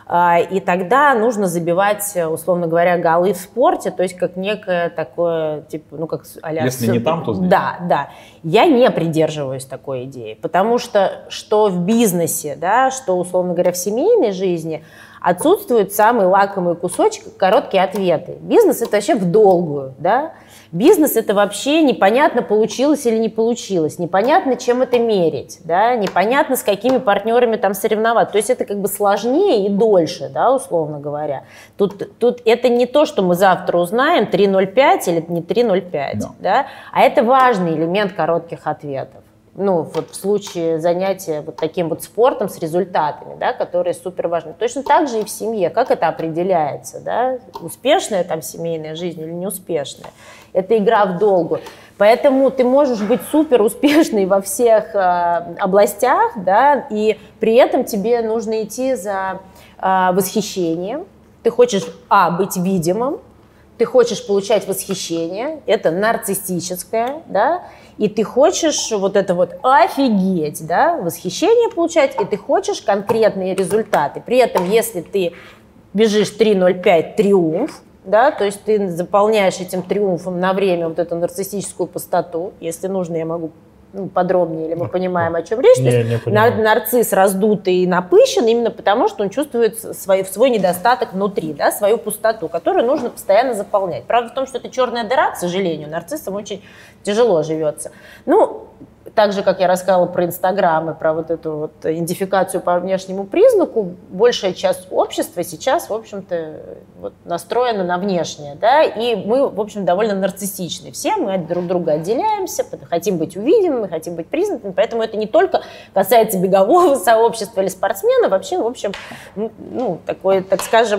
И тогда нужно забивать, условно говоря, голы в спорте, то есть как некое такое, типа, ну как а-ля... Если не там, то здесь. Да, да. Я не придерживаюсь такой идеи, потому что в бизнесе, да, что, условно говоря, в семейной жизни отсутствует самый лакомый кусочек, короткие ответы. Бизнес – это вообще в долгую, да. Бизнес – это вообще непонятно, получилось или не получилось, непонятно, чем это мерить, да, непонятно, с какими партнерами там соревноваться. То есть это как бы сложнее и дольше, да, условно говоря. Тут это не то, что мы завтра узнаем, 3.05 или не 3.05, да, а это важный элемент коротких ответов. Ну, вот в случае занятия вот таким вот спортом с результатами, да, которые супер важны. Точно так же и в семье. Как это определяется, да? Успешная там семейная жизнь или неуспешная? Это игра в долгу. Поэтому ты можешь быть супер успешной во всех областях, да, и при этом тебе нужно идти за восхищением. Ты хочешь, быть видимым, ты хочешь получать восхищение, это нарциссическое, да, и ты хочешь вот это вот офигеть, да, восхищение получать, и ты хочешь конкретные результаты. При этом, если ты бежишь 3.05 триумф, да, то есть ты заполняешь этим триумфом на время вот эту нарциссическую пустоту, если нужно, я могу подробнее, или мы понимаем, о чем речь. То есть нарцисс раздутый и напыщен именно потому, что он чувствует свой недостаток внутри, да, свою пустоту, которую нужно постоянно заполнять. Правда в том, что это черная дыра, к сожалению, нарциссам очень тяжело живется. Ну, так же, как я рассказала про Инстаграм и про вот эту вот идентификацию по внешнему признаку, большая часть общества сейчас, в общем-то, вот настроена на внешнее, да, и мы, в общем, довольно нарциссичны. Все мы от друг друга отделяемся, хотим быть увиденными, хотим быть признанными, поэтому это не только касается бегового сообщества или спортсмена, вообще, в общем, ну, такое, так скажем,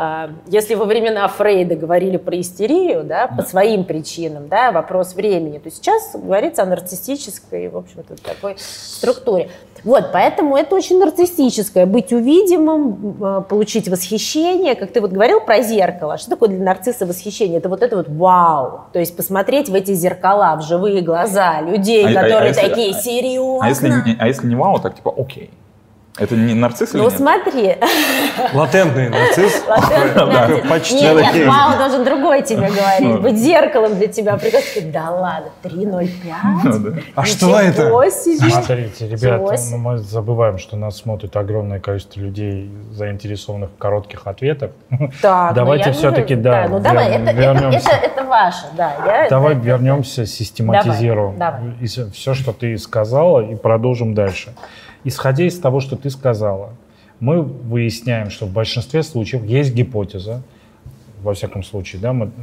если во времена Фрейда говорили про истерию, да, по своим причинам, да, вопрос времени, то сейчас говорится о нарциссической, в общем-то, такой структуре. Вот, поэтому это очень нарциссическое, быть увидимым, получить восхищение, как ты вот говорил про зеркало. Что такое для нарцисса восхищение? Это вот вау, то есть посмотреть в эти зеркала, в живые глаза людей, которые такие серьезные. А если не вау, так типа окей. Это не нарцисс или нет? Ну смотри. Латентный нарцисс. Почти. Нет, вау должен другой тебе говорить. Быть зеркалом для тебя. Прекрасно. Да ладно, 3.05? А что это? Смотрите, ребята, мы забываем, что нас смотрит огромное количество людей, заинтересованных в коротких ответах. Давайте все-таки, вернемся. Это ваше, да. Давай вернемся, систематизируем все, что ты сказала, и продолжим дальше. Исходя из того, что ты сказала, мы выясняем, что в большинстве случаев есть гипотеза, во всяком случае, да, мы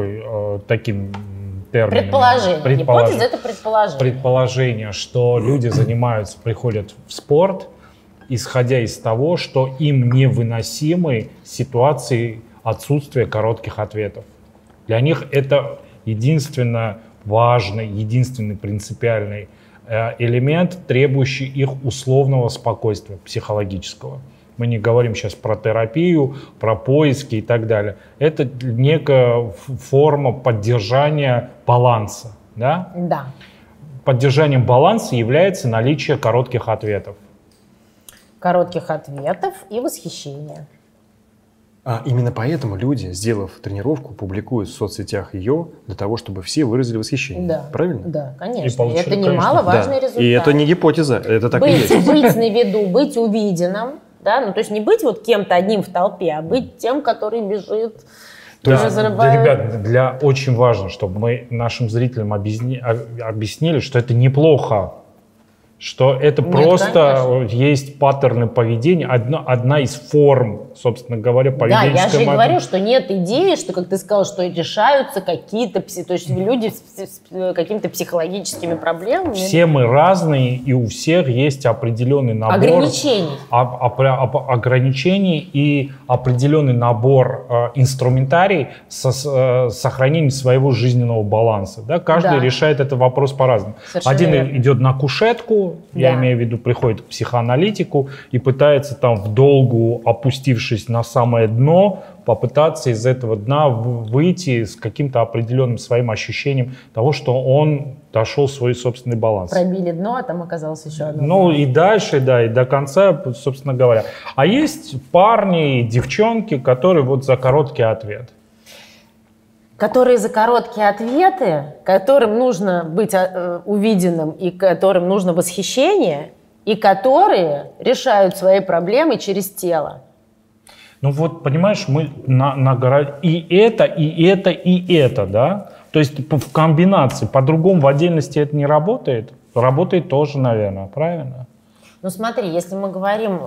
таким термином... Предположение. Гипотеза – это предположение. Предположение, что люди приходят в спорт, исходя из того, что им невыносимы ситуации отсутствия коротких ответов. Для них это единственно важный, единственный принципиальный элемент, требующий их условного спокойствия психологического. Мы не говорим сейчас про терапию, про поиски и так далее. Это некая форма поддержания баланса. Да? Да. Поддержанием баланса является наличие коротких ответов. Коротких ответов и восхищения. А именно поэтому люди, сделав тренировку, публикуют в соцсетях ее для того, чтобы все выразили восхищение. Да. Правильно? Да, И конечно. получили, Это конечно. немаловажный результат. И это не гипотеза, это так и Быть есть. на виду, быть увиденным. Да? Ну, то есть не быть вот кем-то одним в толпе, а быть тем, который бежит. Ребят, очень важно, чтобы мы нашим зрителям объяснили, что это неплохо. Что это просто есть паттерны поведения, одна из форм, собственно говоря, поведенческой Да, я же модели. говорю, что нет идеи, что, как ты сказал, что решаются какие-то, то есть люди с какими-то психологическими проблемами. Все мы разные, и у всех есть определенный набор ограничений и определенный набор инструментарий с сохранением своего жизненного баланса. Да? Каждый решает этот вопрос по-разному. Один идет на кушетку, я имею в виду, приходит к психоаналитику и пытается там вдолгу, опустившись на самое дно, попытаться из этого дна выйти с каким-то определенным своим ощущением того, что он дошел в свой собственный баланс. Пробили дно, а там оказалось еще одно. Ну и дальше, да, и до конца, собственно говоря. А есть парни и девчонки, которые вот за короткий ответ. Которые за короткие ответы, которым нужно быть увиденным и которым нужно восхищение, и которые решают свои проблемы через тело. Ну вот, понимаешь, мы и это, да? То есть в комбинации, по-другому в отдельности это не работает. Работает тоже, наверное, правильно? Ну смотри, если мы говорим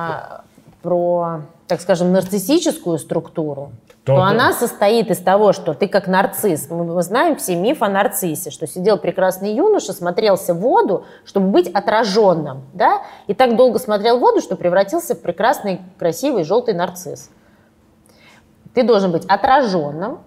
про, так скажем, нарциссическую структуру, то она состоит из того, что ты как нарцисс, мы знаем все миф о нарциссе, что сидел прекрасный юноша, смотрелся в воду, чтобы быть отраженным, да, и так долго смотрел в воду, что превратился в прекрасный, красивый, желтый нарцисс. Ты должен быть отраженным.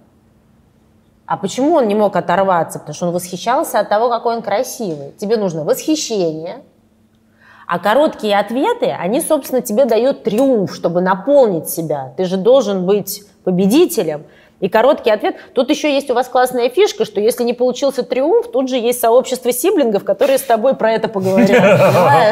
А почему он не мог оторваться? Потому что он восхищался от того, какой он красивый. Тебе нужно восхищение. А короткие ответы, они, собственно, тебе дают триумф, чтобы наполнить себя. Ты же должен быть победителем. И короткий ответ. Тут еще есть у вас классная фишка, что если не получился триумф, тут же есть сообщество сиблингов, которые с тобой про это поговорят. Понимаешь?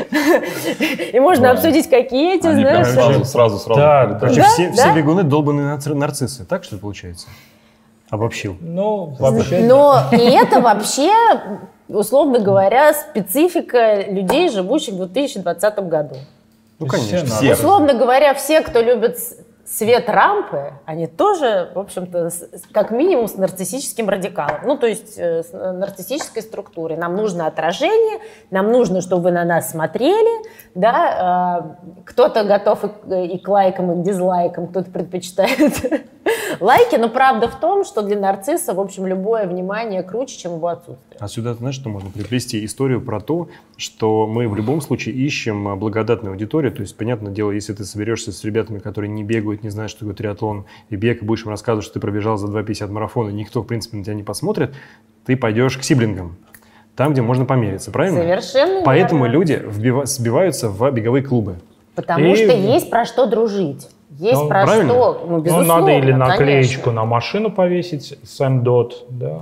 И можно обсудить, какие эти, знаешь. Сразу. Короче, все бегуны долбанные нарциссы. Так что получается? Обобщил. Ну, вообще. Но и это вообще, условно говоря, специфика людей, живущих в 2020 году. Ну, конечно. Все. Условно говоря, все, кто любит свет рампы, они тоже, в общем-то, как минимум с нарциссическим радикалом. Ну, то есть с нарциссической структурой. Нам нужно отражение, нам нужно, чтобы вы на нас смотрели, да, кто-то готов и к лайкам, и к дизлайкам, кто-то предпочитает лайки, но правда в том, что для нарцисса, в общем, любое внимание круче, чем его отсутствие. А сюда, знаешь, что можно приплести? Историю про то, что мы в любом случае ищем благодатную аудиторию. То есть, понятное дело, если ты соберешься с ребятами, которые не бегают, не знают, что такое триатлон, и бег, и будешь им рассказывать, что ты пробежал за 2:50 марафона, и никто, в принципе, на тебя не посмотрит, ты пойдешь к сиблингам. Там, где можно помериться, правильно? Совершенно Поэтому верно. люди сбиваются в беговые клубы. Потому что есть про что дружить. Есть про правильно. что, ну, безусловно, надо или наклеечку конечно. на машину повесить, Сэм Дот, да.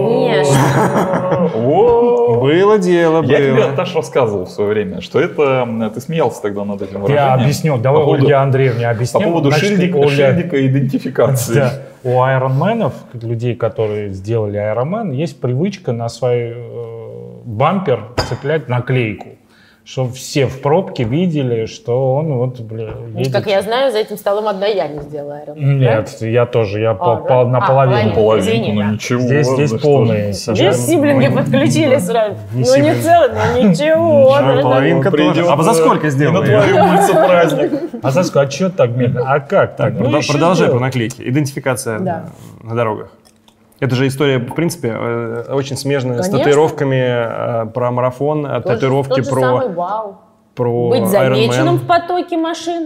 Конечно. Было дело, Я тебе, было. Наташа, рассказывал в свое время, что это... Ты смеялся тогда над этим выражением. Я объясню, давай Ольге Андреевне объясним. По поводу Значит, шильдика идентификации. Да. У айронменов, людей, которые сделали айронмен, есть привычка на свой бампер цеплять наклейку, чтобы все в пробке видели, что он вот, едет. Как я знаю, за этим столом одна я не сделала Iron Man. Нет, я тоже, я да? наполовину. Половину. Извини, ну да. ничего. Здесь да полные. Здесь сиблинги подключили сразу. не Ну не сиблинги. целый, но ничего. да. Половинка тоже. А за сколько И сделали? на твою улицу праздник. А за сколько? А что так медленно? А как так? Ну, еще Продолжай сделай. про наклейки. Идентификация Да. на дорогах. Это же история, в принципе, очень смежная с Конечно. татуировками про марафон, татуировки Тот же самый про вау. про Быть замеченным Ironman. в потоке машин.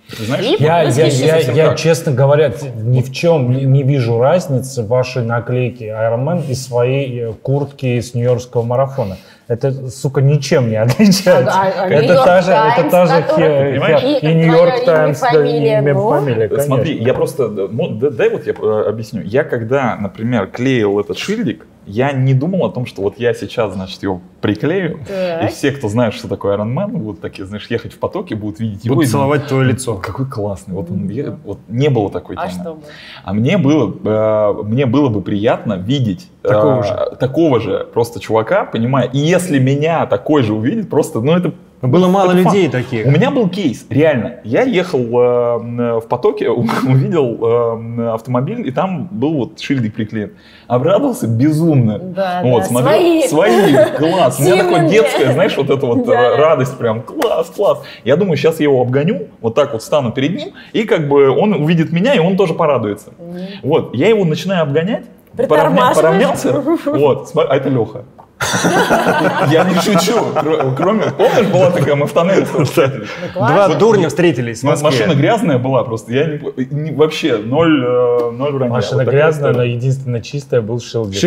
Знаешь, Я, честно говоря, ни в чем не вижу разницы в вашей наклейке Iron Man и своей куртки с нью-йоркского марафона. Это, сука, ничем не отличается. Это та же и Нью-Йорк Таймс, и фамилия, конечно. Смотри, я просто, дай вот я объясню. Я когда, например, клеил этот шильдик, я не думал о том, что вот я сейчас, значит, его приклею, и все, кто знает, что такое Iron Man, будут такие, знаешь, ехать в потоке, будут видеть его. Будут целовать твое лицо. Какой классный. Вот, вот не было такой темы. Что было? А мне было бы приятно видеть такого же просто чувака, понимая, и если меня такой же увидит, просто, ну это... Было мало людей таких. У меня был кейс, реально. Я ехал в потоке, увидел автомобиль, и там был вот шильдик приклеен. Обрадовался безумно. Да, вот, да. смотрел, свои, класс. У меня такое детское, знаешь, вот эта вот радость прям, класс. Я думаю, сейчас я его обгоню, вот так вот стану перед ним, и как бы он увидит меня, и он тоже порадуется. Вот, я его начинаю обгонять, поравнялся, вот, а это Леха. Я не шучу. Кроме, помнишь, была такая, мы в тоннеле встретились. Два дурня встретились в Москве. Машина грязная была просто. Я вообще ноль вранья. Машина грязная, но единственная чистая был шильдик.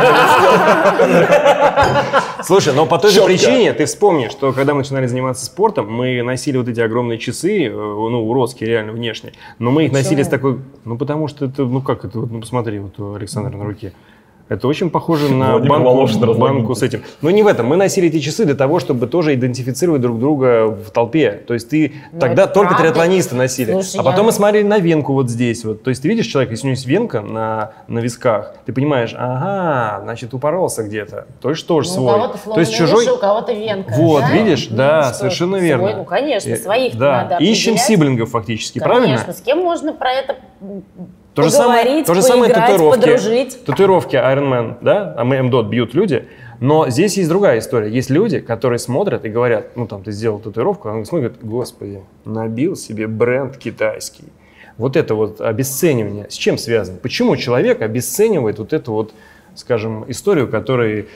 Слушай, но по той же причине ты вспомни, что когда мы начинали заниматься спортом, мы носили вот эти огромные часы, ну, уродские реально внешне, но мы их носили с такой, ну, потому что это, ну, как это, ну, посмотри, вот у Александра на руке. Это очень похоже на банку с этим. Но не в этом. Мы носили эти часы для того, чтобы тоже идентифицировать друг друга в толпе. То есть ты тогда только триатлонисты носили. Слушай, а потом мы смотрели на венку вот здесь. Вот. То есть ты видишь человека, если у него есть венка на висках, ты понимаешь, ага, значит, упоролся где-то. То есть тоже свой. У кого-то словно чужой... у кого-то венка. Вот, да? Видишь? Да, совершенно верно. Ну, конечно, своих надо определять. Ищем сиблингов фактически, правильно? Конечно, с кем можно про это... То же самое татуировки. Подружить. Татуировки Iron Man, да, а мы МДОТ бьют люди. Но здесь есть другая история. Есть люди, которые смотрят и говорят, ну там ты сделал татуировку, а он смотрит, господи, набил себе бренд китайский. Вот это вот обесценивание, с чем связано? Почему человек обесценивает вот эту вот, скажем, историю, которой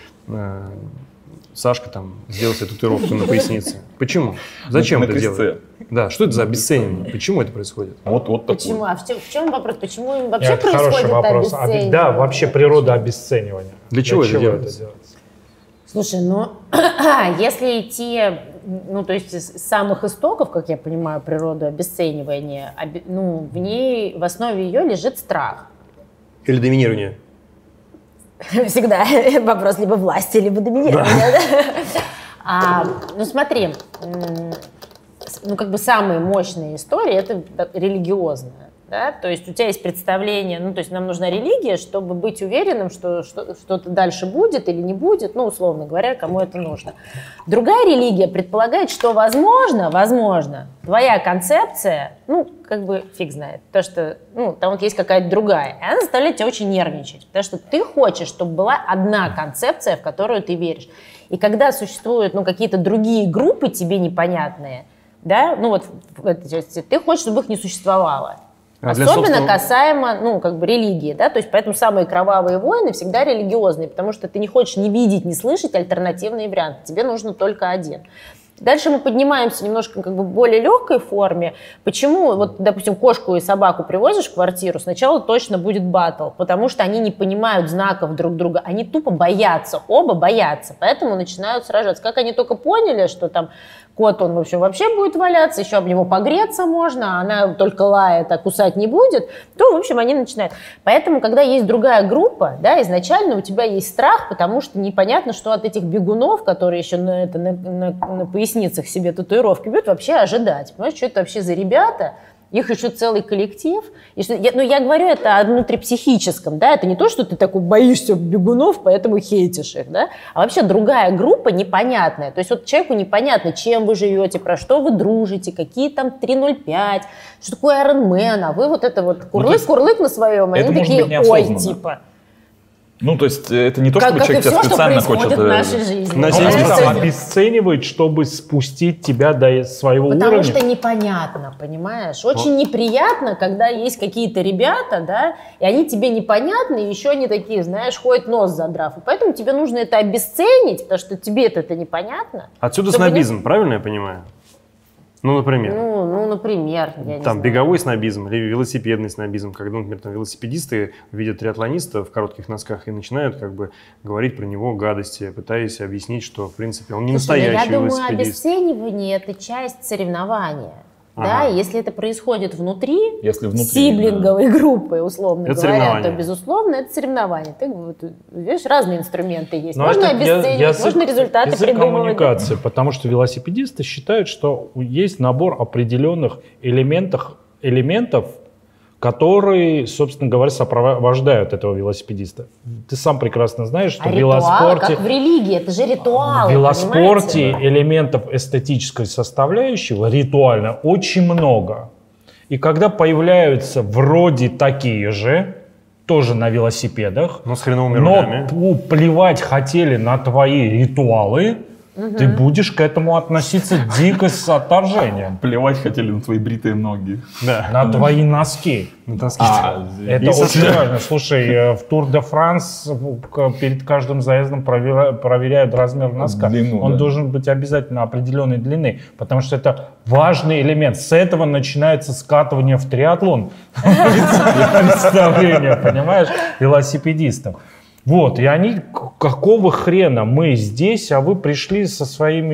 Сашка там сделал себе татуировку на пояснице? Почему? Зачем это делать? Да, что это за обесценивание? Почему это происходит? Вот почему? А в чем вопрос? Почему вообще происходит обесценивание? Да, вообще природа обесценивания. Для чего это делается? Слушай, ну, если идти, ну, то есть с самых истоков, как я понимаю, природу обесценивания, ну, в основе ее лежит страх. Или доминирование? Всегда вопрос либо власти, либо доминирования. Ну, смотри, ну, как бы самые мощные истории – это религиозная. Да? То есть у тебя есть представление, ну, то есть нам нужна религия, чтобы быть уверенным, что что-то дальше будет или не будет, ну, условно говоря, кому это нужно. Другая религия предполагает, что возможно, твоя концепция, ну, как бы фиг знает, потому что, ну, там вот есть какая-то другая, и она заставляет тебя очень нервничать, потому что ты хочешь, чтобы была одна концепция, в которую ты веришь. И когда существуют, ну, какие-то другие группы тебе непонятные, да, ну, вот в этой части, ты хочешь, чтобы их не существовало. Особенно касаемо, ну, как бы религии, да, то есть поэтому самые кровавые войны всегда религиозные, потому что ты не хочешь ни видеть, ни слышать альтернативные варианты, тебе нужно только один. Дальше мы поднимаемся немножко как бы в более легкой форме. Почему, вот, допустим, кошку и собаку привозишь в квартиру, сначала точно будет баттл, потому что они не понимают знаков друг друга, они тупо боятся, оба боятся, поэтому начинают сражаться. Как они только поняли, что там кот, он вообще будет валяться, еще об него погреться можно, а она только лает, а кусать не будет, то, в общем, они начинают. Поэтому, когда есть другая группа, да, изначально у тебя есть страх, потому что непонятно, что от этих бегунов, которые еще на поясницах себе татуировки бьют, вообще ожидать. Понимаешь, что это вообще за ребята? Их еще целый коллектив. И что, я говорю это о внутрипсихическом, да, это не то, что ты такой боишься бегунов, поэтому хейтишь их, да, а вообще другая группа непонятная. То есть вот человеку непонятно, чем вы живете, про что вы дружите, какие там 305, что такое Iron Man, а вы вот это вот курлык на своем, они такие, ой, типа... Ну, то есть это не то, чтобы человек тебя специально хочет... в нашей жизни. Он обесценивает, чтобы спустить тебя до своего уровня. Потому что непонятно, понимаешь? Очень неприятно, когда есть какие-то ребята, да, и они тебе непонятны, и еще они такие, знаешь, ходят нос задрав. И поэтому тебе нужно это обесценить, потому что тебе это непонятно. Отсюда снобизм, правильно я понимаю? Ну, например. Ну, например, я не Там знаю. беговой снобизм или велосипедный снобизм, когда, например, там велосипедисты видят триатлониста в коротких носках и начинают как бы говорить про него гадости, пытаясь объяснить, что, в принципе, он не Слушай, настоящий я думаю, велосипедист. обесценивание – это часть соревнования. Ага. Да, если это происходит внутри, Если внутри, сиблинговой группы, условно Это говоря, соревнование. то, безусловно, это соревнование. Ты, вот, видишь, разные инструменты есть. Но Можно это обесценивать, можно результаты язык придумывать. коммуникации, потому что велосипедисты считают, что есть набор определенных элементов, которые, собственно говоря, сопровождают этого велосипедиста. Ты сам прекрасно знаешь, что А в ритуалы, велоспорте... как в религии, это же ритуалы, В велоспорте понимаете? элементов эстетической составляющего ритуально очень много. И когда появляются вроде такие же, тоже на велосипедах, Но с хреновыми но рулями. плевать хотели на твои ритуалы, ты будешь к этому относиться дико с отторжением. Плевать хотели на твои бритые ноги. Да. На твои носки. Это И очень со- важно. Слушай, в Тур де Франс перед каждым заездом проверяют размер носка. Длину, Он да. должен быть обязательно определенной длины, потому что это важный элемент. С этого начинается скатывание в триатлон. Представление, понимаешь, велосипедистов. Вот, и они, какого хрена мы здесь, а вы пришли со своими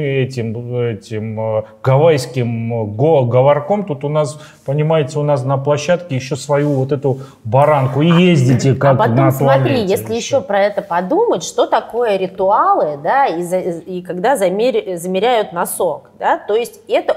этим гавайским говорком. Тут у нас, понимаете, у нас на площадке еще свою вот эту баранку. И ездите как А потом на смотри, туалете. если еще про это подумать, что такое ритуалы, да, и когда замеряют носок, да, то есть это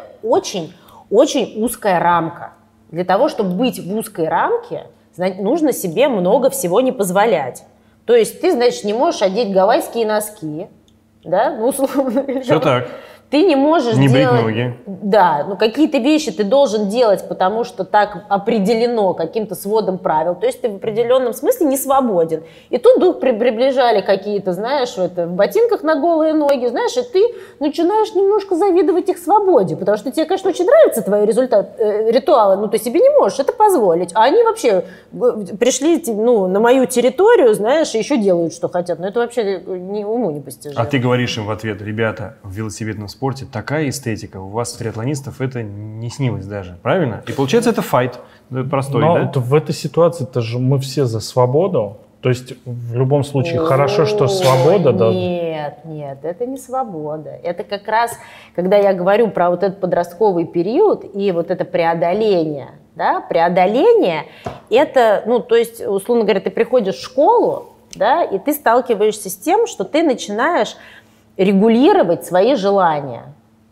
очень узкая рамка. Для того, чтобы быть в узкой рамке, нужно себе много всего не позволять. То есть ты, значит, не можешь одеть гавайские носки, да, ну, условно говоря. Все так. Ты не можешь Не брить делать... ноги. Да, ну какие-то вещи ты должен делать, потому что так определено каким-то сводом правил. То есть ты в определенном смысле не свободен. И тут вдруг приближали какие-то, знаешь, в ботинках на голые ноги, знаешь, и ты начинаешь немножко завидовать их свободе, потому что тебе, конечно, очень нравятся твои ритуалы, но ты себе не можешь это позволить. А они вообще пришли, ну, на мою территорию, знаешь, и еще делают, что хотят. Но это вообще уму непостижимо. А ты говоришь им в ответ: ребята, в велосипедном спорте такая эстетика, у вас, триатлонистов, это не снилось даже, правильно? И получается, это файт простой, Но да? вот в этой ситуации-то же мы все за свободу. То есть в любом случае хорошо, что свобода. Да. Нет, это не свобода. Это как раз, когда я говорю про вот этот подростковый период и вот это преодоление. Да? Преодоление – это, ну, то есть, условно говоря, ты приходишь в школу, да, и ты сталкиваешься с тем, что ты начинаешь регулировать свои желания.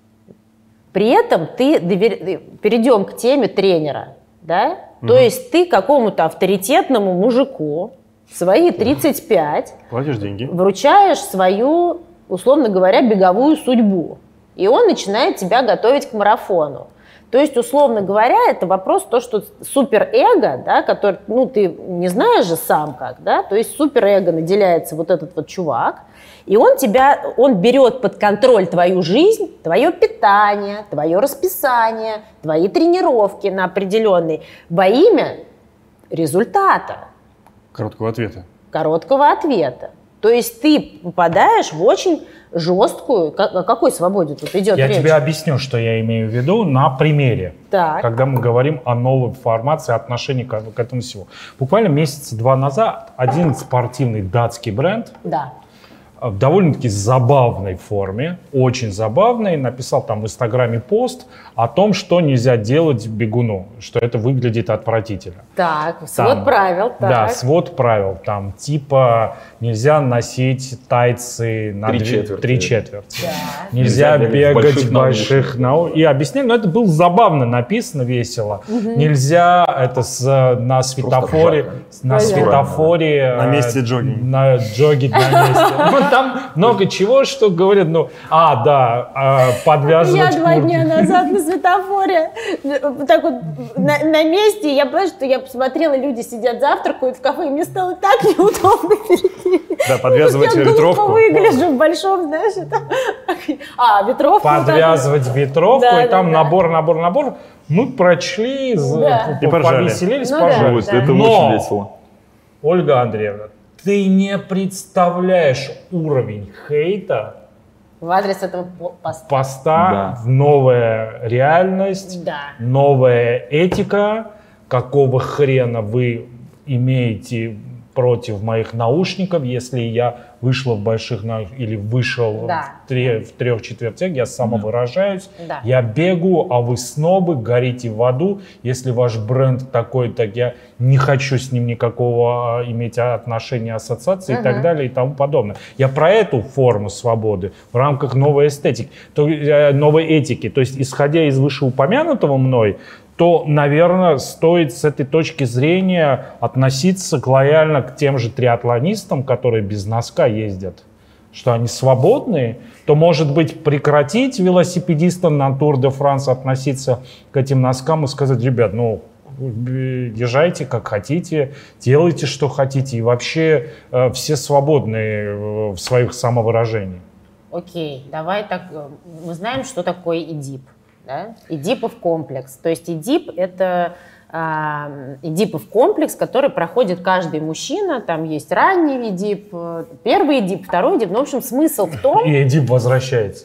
При этом перейдем к теме тренера, да? То есть ты какому-то авторитетному мужику в свои 35 Платишь деньги. вручаешь свою, условно говоря, беговую судьбу. И он начинает тебя готовить к марафону. То есть, условно говоря, это вопрос то, что суперэго, да, который, ну, ты не знаешь же сам как, да, то есть суперэго наделяется вот этот вот чувак, и он берет под контроль твою жизнь, твое питание, твое расписание, твои тренировки на определенные во имя результата. Короткого ответа. То есть ты попадаешь в очень жесткую... О какой свободе тут идет Я речь? тебе объясню, что я имею в виду на примере. Так. Когда мы говорим о новой формации отношений к этому всему. Буквально месяца 2 назад один спортивный датский бренд Да. в довольно-таки забавной форме, очень забавной, написал там в Инстаграме пост о том, что нельзя делать бегуну, что это выглядит отвратительно. Так, Там, свод правил. Так. Да, свод правил. Там типа нельзя носить тайцы на 3/4. 3/4. Да. Нельзя Нельзя бегать бегать в в больших наушниках. И объясняли, но это было забавно написано, весело. Нельзя это на светофоре, жарко. на светофоре На месте джогинг. джогить на месте. Ну, там много чего, что говорят, подвязывать Я 2 куртку. дня назад на светофоре, так вот на месте, я понимаю, что я посмотрела, люди сидят завтракают в кафе, и мне стало так неудобно перед ними. Да, подвязывать Я ветровку. глупо выгляжу в большом, знаешь, это... ветровку. Подвязывать ветровку, Да, и там да. набор. Мы прочли, Да. И поржали. повеселились, Ну да. поржали. Вот, Да. это Но- очень весело. Ольга Андреевна, ты не представляешь уровень хейта, В адрес этого поста новая реальность, новая этика. Какого хрена вы имеете против моих наушников, если я вышла в больших или вышел в 3/4, я самовыражаюсь, я бегу, а вы снобы, горите в аду. Если ваш бренд такой, так я не хочу с ним никакого иметь отношения, ассоциации и так далее и тому подобное. Я про эту форму свободы в рамках новой эстетики, новой этики. То есть, исходя из вышеупомянутого мной, то, наверное, стоит с этой точки зрения относиться лояльно к тем же триатлонистам, которые без носка ездят, что они свободные, то, может быть, прекратить велосипедистам на Тур де Франс относиться к этим носкам и сказать: ребят, езжайте как хотите, делайте, что хотите, и вообще все свободны в своих самовыражениях. Окей, давай так, мы знаем, что такое ИДИП. Да? Эдипов комплекс. То есть Эдип — это Эдипов комплекс, который проходит каждый мужчина. Там есть ранний Эдип, первый Эдип, второй Эдип. Ну, в общем, смысл в том... И Эдип возвращается.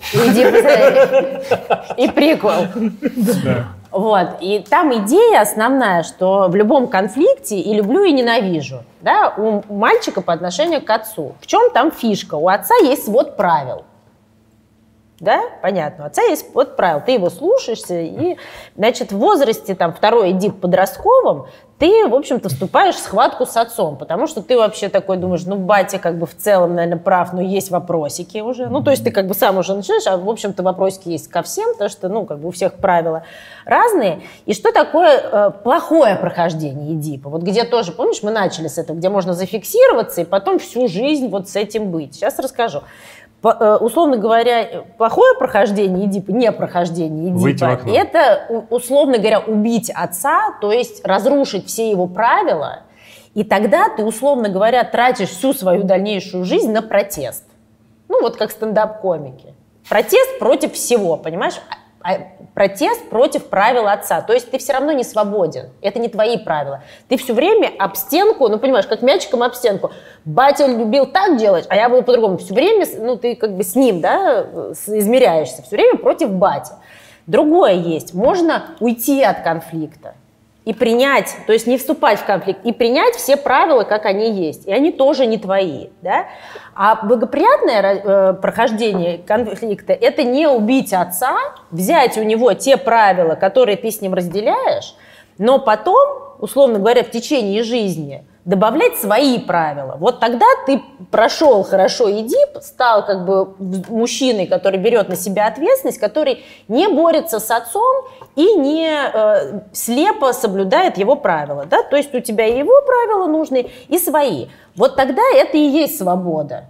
И приквел. Вот. И там идея основная, что в любом конфликте и люблю, и ненавижу. Да? У мальчика по отношению к отцу. В чем там фишка? У отца есть свод правил. Да, понятно. У отца есть вот правило, ты его слушаешься, и, значит, в возрасте, там, второй Эдип подростковом, ты, в общем-то, вступаешь в схватку с отцом, потому что ты вообще такой думаешь, батя как бы в целом, наверное, прав, но есть вопросики уже. То есть ты как бы сам уже начинаешь, а, в общем-то, вопросики есть ко всем, потому что, как бы у всех правила разные. И что такое плохое прохождение Эдипа? Вот где тоже, помнишь, мы начали с этого, где можно зафиксироваться и потом всю жизнь вот с этим быть. Сейчас расскажу. Условно говоря, плохое прохождение Эдипа, не прохождение Эдипа, это, условно говоря, убить отца, то есть разрушить все его правила, и тогда ты, условно говоря, тратишь всю свою дальнейшую жизнь на протест. Вот как стендап-комики. Протест против всего, понимаешь? Протест против правил отца. То есть ты все равно не свободен. Это не твои правила. Ты все время об стенку, понимаешь, как мячиком об стенку. Батя любил так делать, а я буду по-другому. Все время, ты как бы с ним, да, измеряешься. Все время против бати. Другое есть. Можно уйти от конфликта и принять, то есть не вступать в конфликт, и принять все правила, как они есть. И они тоже не твои. Да? А благоприятное прохождение конфликта – это не убить отца, взять у него те правила, которые ты с ним разделяешь, но потом, условно говоря, в течение жизни добавлять свои правила. Вот тогда ты прошел хорошо Эдип, стал как бы мужчиной, который берет на себя ответственность, который не борется с отцом и не слепо соблюдает его правила. Да? То есть у тебя и его правила нужны, и свои. Вот тогда это и есть свобода.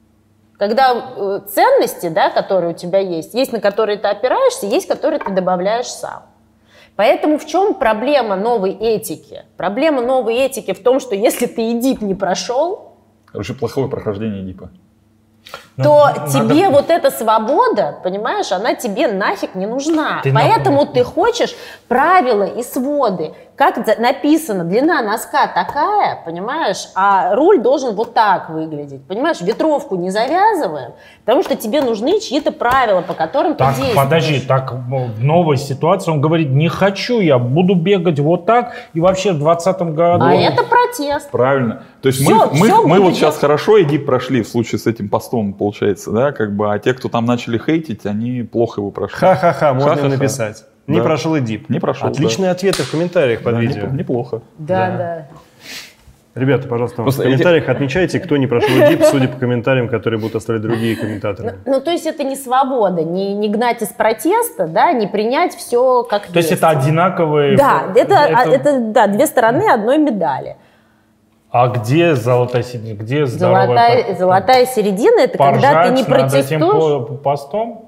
Когда ценности, да, которые у тебя есть, на которые ты опираешься, есть, которые ты добавляешь сам. Поэтому в чем проблема новой этики? Проблема новой этики в том, что если ты Эдип не прошел, короче, плохое прохождение Эдипа, то тебе вот эта свобода, понимаешь, она тебе нафиг не нужна. Поэтому ты хочешь правила и своды. Как написано, длина носка такая, понимаешь, а руль должен вот так выглядеть. Понимаешь, ветровку не завязываем, потому что тебе нужны чьи-то правила, по которым ты действуешь. Подожди, так в новой ситуации он говорит, не хочу, я буду бегать вот так, и вообще в 2020 году... А это протест. Правильно. То есть мы вот сейчас хорошо Эдип прошли в случае с этим постом, получается, да, как бы, а те, кто там начали хейтить, они плохо его прошли. Ха-ха-ха, можно им написать. Не прошел Эдип. Не прошел. Отличные ответы в комментариях под видео. Неплохо. Да. Ребята, пожалуйста, в комментариях отмечайте, кто не прошел Эдип, судя по комментариям, которые будут оставлять другие комментаторы. То есть это не свобода, не гнать из протеста, да, не принять все как есть. То есть это одинаковые... Да, это две стороны одной медали. А где золотая середина? Где здоровая... Золотая середина – это когда ты не протестуешь. Над этим постом?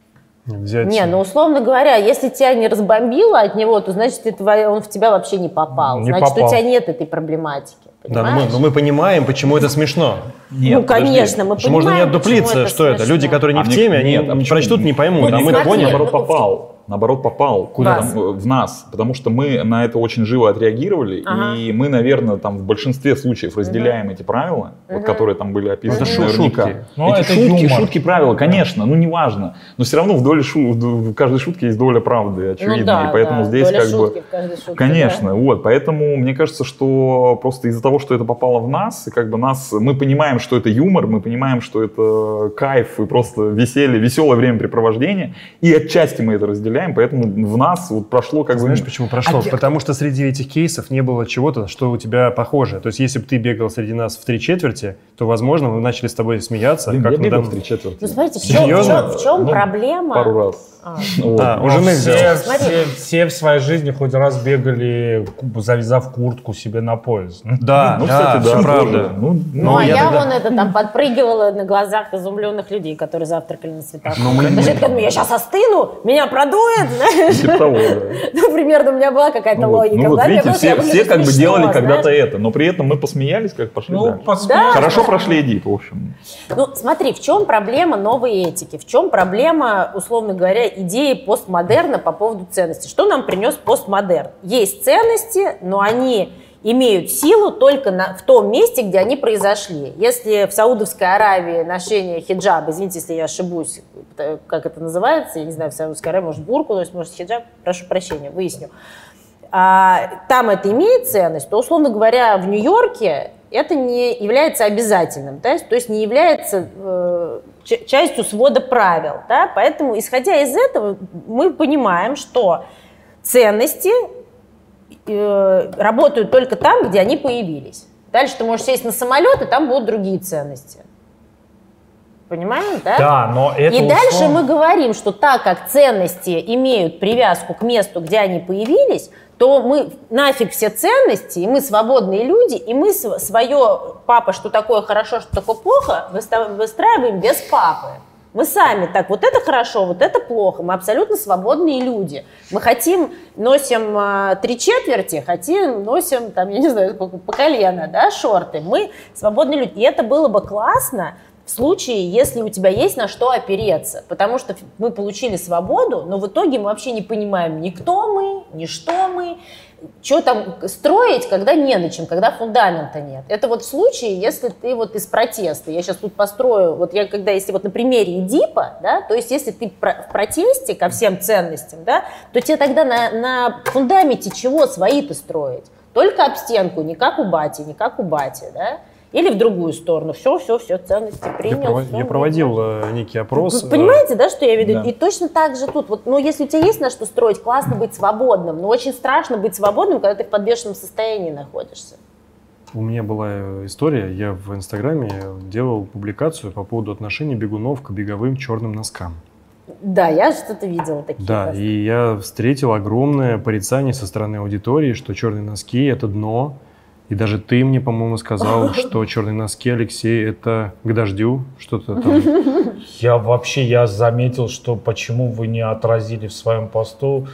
Условно говоря, если тебя не разбомбило от него, то значит он в тебя вообще не попал. У тебя нет этой проблематики. Понимаешь? Да, мы понимаем, почему это смешно. Нет, конечно, мы понимаем. Можно не отдуплиться, что это. Люди, которые не в теме, они прочтут, не поймут, а мы поняли. Попал. попал. Куда? В нас, потому что мы на это очень живо отреагировали, и мы, наверное, там в большинстве случаев разделяем эти правила, вот, которые там были описаны. Это наверняка. шутки. Ну, Эти это шутки, правила, конечно, ну неважно, но все равно в каждой шутке есть доля правды, очевидно, Ну да, и поэтому да, здесь доля как шутки бы, в каждой шутке, конечно, да. вот, поэтому мне кажется, что просто из-за того, что это попало в нас, и как бы мы понимаем, что это юмор, мы понимаем, что это кайф и просто веселое времяпрепровождение, и отчасти мы это разделяем, поэтому в нас вот прошло как бы... Знаешь, почему прошло? Потому что среди этих кейсов не было чего-то, что у тебя похоже. То есть, если бы ты бегал среди нас в 3/4, то, возможно, мы начали с тобой смеяться. Блин, как я мы бегал там- в 3/4. Ну, смотрите, Серьезно? в чем проблема? Пару раз. Вот. у жены взял. Все в своей жизни хоть раз бегали, завязав куртку себе на пояс. Да, Ну, да, кстати, все да, правда. тоже. Ну, Ну, а я я тогда- вон это там подпрыгивала на глазах изумленных людей, которые завтракали на светофоре. Ну, мы- Даже я думаю, я сейчас остыну, меня продует, знаешь. типа того, да. Ну, примерно у меня была какая-то логика. Ну вот да, видите, просто я все выгляжу как бы смешно, делали когда-то знаешь. это, но при этом мы посмеялись, как пошли Ну, дальше. Да. Хорошо прошли Эдип, в общем. Ну, смотри, в чем проблема новой этики? В чем проблема, условно говоря, идеи постмодерна по поводу ценностей? Что нам принес постмодерн? Есть ценности, но они имеют силу только в том месте, где они произошли. Если в Саудовской Аравии ношение хиджаба, извините, если я ошибусь, как это называется, я не знаю, в Саудовской Аравии, может, бурку носит, может, хиджаб, прошу прощения, выясню. Там это имеет ценность, то, условно говоря, в Нью-Йорке это не является обязательным, да? То есть не является частью свода правил. Да? Поэтому, исходя из этого, мы понимаем, что ценности работают только там, где они появились. Дальше ты можешь сесть на самолет, и там будут другие ценности. Понимаем, да? Да, но это И дальше условно- мы говорим, что так как ценности имеют привязку к месту, где они появились, то мы нафиг все ценности, и мы свободные люди, и мы свое «папа, что такое хорошо, что такое плохо» выстраиваем без папы. Мы сами так, вот это хорошо, вот это плохо. Мы абсолютно свободные люди. Мы хотим, носим 3/4, хотим, носим, там, я не знаю, по колено, да, шорты. Мы свободные люди. И это было бы классно в случае, если у тебя есть на что опереться. Потому что мы получили свободу, но в итоге мы вообще не понимаем ни кто мы, ни что мы, что там строить, когда не на чем, когда фундамента нет. Это вот в случае, если ты вот из протеста. Я сейчас тут построю, вот я когда, если вот на примере Эдипа, да, то есть если ты в протесте ко всем ценностям, да, то тебе тогда на фундаменте чего свои-то строить? Только об стенку, не как у бати, да? Или в другую сторону. Все, ценности принял. Я проводил некий опрос. Вы понимаете, да, что я веду? Да. И точно так же тут. Вот, ну, если у тебя есть на что строить, классно быть свободным. Но очень страшно быть свободным, когда ты в подвешенном состоянии находишься. У меня была история, я в Инстаграме делал публикацию по поводу отношений бегунов к беговым черным носкам. Да, я что-то видела такие. Да, посты. и я встретил огромное порицание со стороны аудитории, что черные носки – это дно. И даже ты мне, по-моему, сказал, что черные носки, Алексей, это к дождю, что-то там. Я заметил, что почему вы не отразили в своем посту,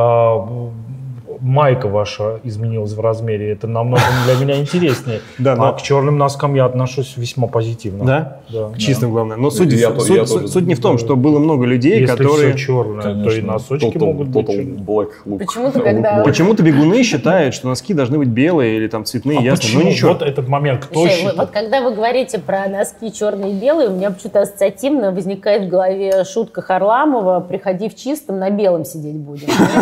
майка ваша изменилась в размере. Это намного для меня интереснее. Да, но- А к черным носкам я отношусь весьма позитивно. Да? Да. Чистым главное. Но суть Я тоже. суть не в том, что было много людей, Если которые... все черное, то и носочки могут быть черные. Black look. Почему-то, когда- Почему-то бегуны считают, что носки должны быть белые или там цветные, ясно. Почему? Ну ничего. Вот этот момент, кто Слушай, считает? вот когда вы говорите про носки черные и белые, у меня почему-то ассоциативно возникает в голове шутка Харламова: приходи в чистом, на белом сидеть будем.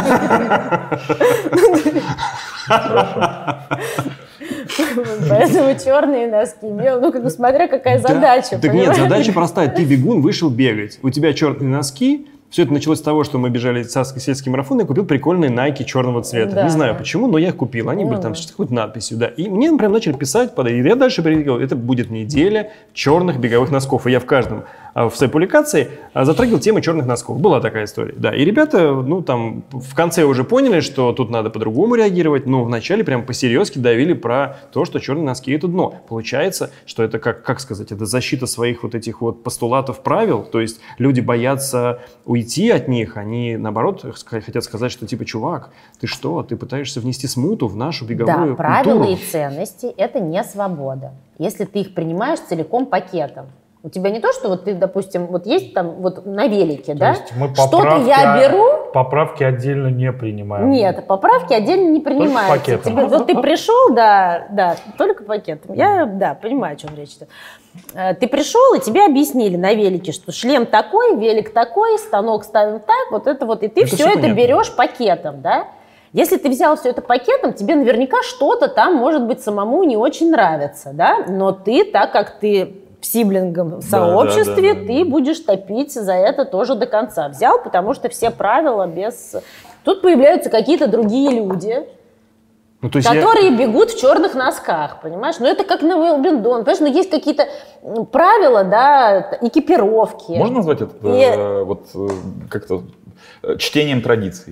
Поэтому черные носки, белые, ну как бы смотря какая задача. Так нет, понимаешь? задача простая. Ты бегун, вышел бегать. У тебя черные носки. Все это началось с того, что мы бежали сельский марафон, и я купил прикольные Nike черного цвета. Да. Не знаю почему, но я их купил. Они были там с какой-то надписью. Да. И мне прям начали писать, и я дальше переговорил. Это будет неделя черных беговых носков. И я в каждом в своей публикации затрагивал тему черных носков. Была такая история. Да. И ребята, ну там, в конце уже поняли, что тут надо по-другому реагировать, но вначале прям по-серьезки давили про то, что черные носки – это дно. Получается, что это, как сказать, это защита своих вот этих вот постулатов, правил. То есть люди боятся уйти от них, они, наоборот, хотят сказать, что типа, чувак, ты что, ты пытаешься внести смуту в нашу беговую Да, правила культуру. и ценности – это не свобода. Если ты их принимаешь целиком пакетом. У тебя не то, что вот ты, допустим, вот есть там вот на велике, То да? есть мы Что-то я беру. Поправки отдельно не принимаем. Нет, поправки отдельно не принимаются. пакетом. Вот ты пришел, да, только пакетом. Я, понимаю, о чем речь-то. Ты пришел, и тебе объяснили на велике, что шлем такой, велик такой, станок ставим так, вот это вот, и ты все это берешь пакетом, да? Если ты взял все это пакетом, тебе наверняка что-то там, может быть, самому не очень нравится, да? Но ты, так как ты в сиблинговом сообществе, ты будешь топить за это тоже до конца. Взял, потому что все правила без... Тут появляются какие-то другие люди, которые бегут в черных носках, понимаешь? Ну, это как на Уимблдон, понимаешь? Ну, есть какие-то правила, да, экипировки. Можно назвать это как-то чтением традиций?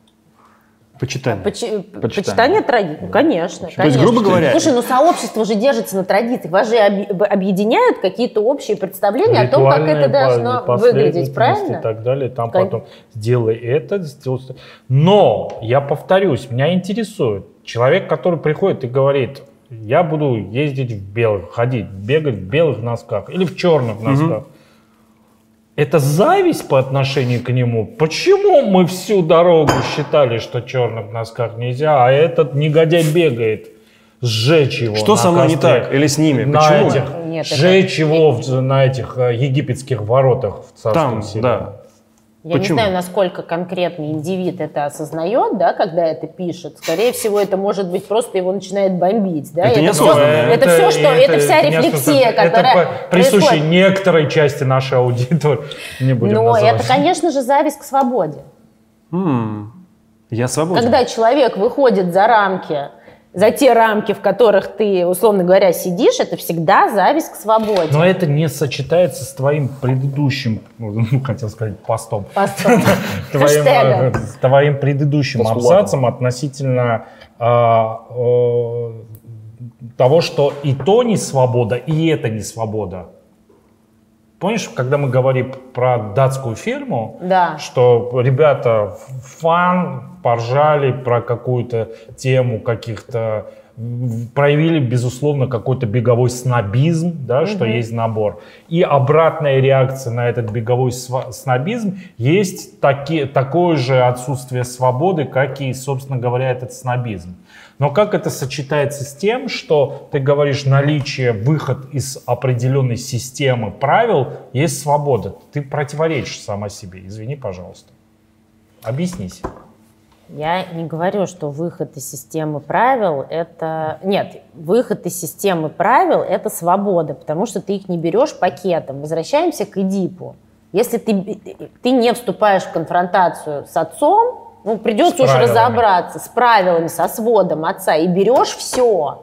Почитание традиций, ну, конечно. То есть, грубо говоря... Слушай, ну сообщество же держится на традициях. Вас же объединяют какие-то общие представления о том, как это должно выглядеть, правильно? И так далее. Там потом сделай это, сделай... Но, я повторюсь, меня интересует. Человек, который приходит и говорит, я буду ездить в белых, ходить, бегать в белых носках или в черных носках. Это зависть по отношению к нему? Почему мы всю дорогу считали, что в черных носках нельзя, а этот негодяй бегает? Сжечь его. Что со мной не так? Или с ними? Почему? Сжечь его на этих египетских воротах в Царском Селе. Да. Я не знаю, насколько конкретный индивид это осознает, да, когда это пишет. Скорее всего, это может быть просто его начинает бомбить. Да? Это вся рефлексия, которая это присуща некоторой части нашей аудитории. Не будем Но называть. это, конечно же, зависть к свободе. Я свободен. Когда человек выходит за те рамки, в которых ты, условно говоря, сидишь, это всегда зависть к свободе. Но это не сочетается с твоим предыдущим, хотел сказать, постом. Твоим предыдущим абзацем относительно того, что и то не свобода, и это не свобода. Помнишь, когда мы говорим про датскую ферму, что ребята поржали про какую-то тему каких-то, проявили, безусловно, какой-то беговой снобизм, да, что есть набор. И обратная реакция на этот беговой снобизм есть такое же отсутствие свободы, как и, собственно говоря, этот снобизм. Но как это сочетается с тем, что ты говоришь, выход из определенной системы правил, есть свобода. Ты противоречишь сама себе. Извини, пожалуйста. Объяснись. Я не говорю, что выход из системы правил это... Нет, выход из системы правил это свобода, потому что ты их не берешь пакетом. Возвращаемся к Эдипу. Если ты не вступаешь в конфронтацию с отцом, придется уж разобраться с правилами, со сводом отца, и берешь все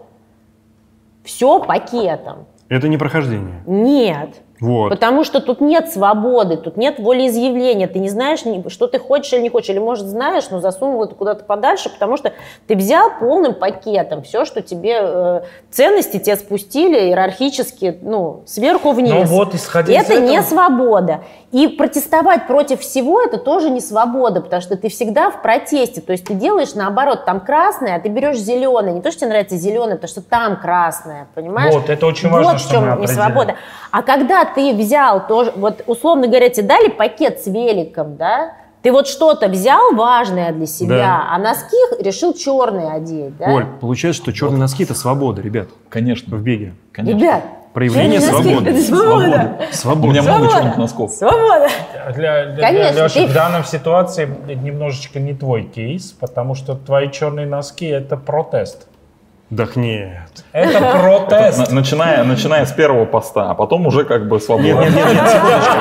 пакетом. Это не прохождение. Нет. Вот. Потому что тут нет свободы, тут нет волеизъявления, ты не знаешь, что ты хочешь или не хочешь, или, может, знаешь, но засунул это куда-то подальше, потому что ты взял полным пакетом все, что тебе, ценности тебе спустили иерархически, сверху вниз. Ну вот, исходя из этого... Это не свобода. И протестовать против всего это тоже не свобода, потому что ты всегда в протесте, то есть ты делаешь наоборот, там красное, а ты берешь зеленое, не то, что тебе нравится зеленое, потому что там красное, понимаешь? Вот, это очень важно, что мы определяем. Вот в чем не свобода. А когда ты взял тоже, вот условно говоря, тебе дали пакет с великом, да, ты вот что-то взял важное для себя, а носки решил черные одеть, да? Оль, получается, что черные носки – это свобода, ребят. Конечно. В беге. Конечно. Ребят, проявление свободы. Это свобода. Свобода. У меня много черных носков. Свобода. Для Леши в данной ситуации немножечко не твой кейс, потому что твои черные носки – это протест. Да нет. Это протест. Начиная с первого поста, а потом уже как бы свобода. Нет, секундочку.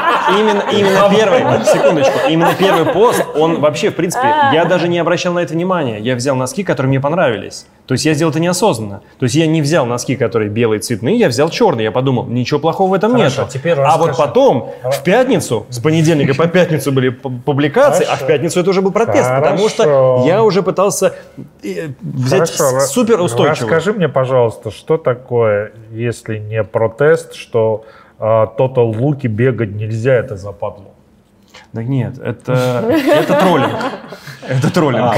Именно первый пост, он вообще, в принципе, я даже не обращал на это внимания. Я взял носки, которые мне понравились. То есть я сделал это неосознанно. То есть я не взял носки, которые белые, цветные, я взял черные. Я подумал, ничего плохого в этом нет. А вот потом, в пятницу, с понедельника по пятницу были публикации, а в пятницу это уже был протест. Потому что я уже пытался взять супер устойчиво. Расскажи мне, пожалуйста, что такое, если не протест, что Total Look бегать нельзя, это западло? Да нет, это троллинг. Это троллинг.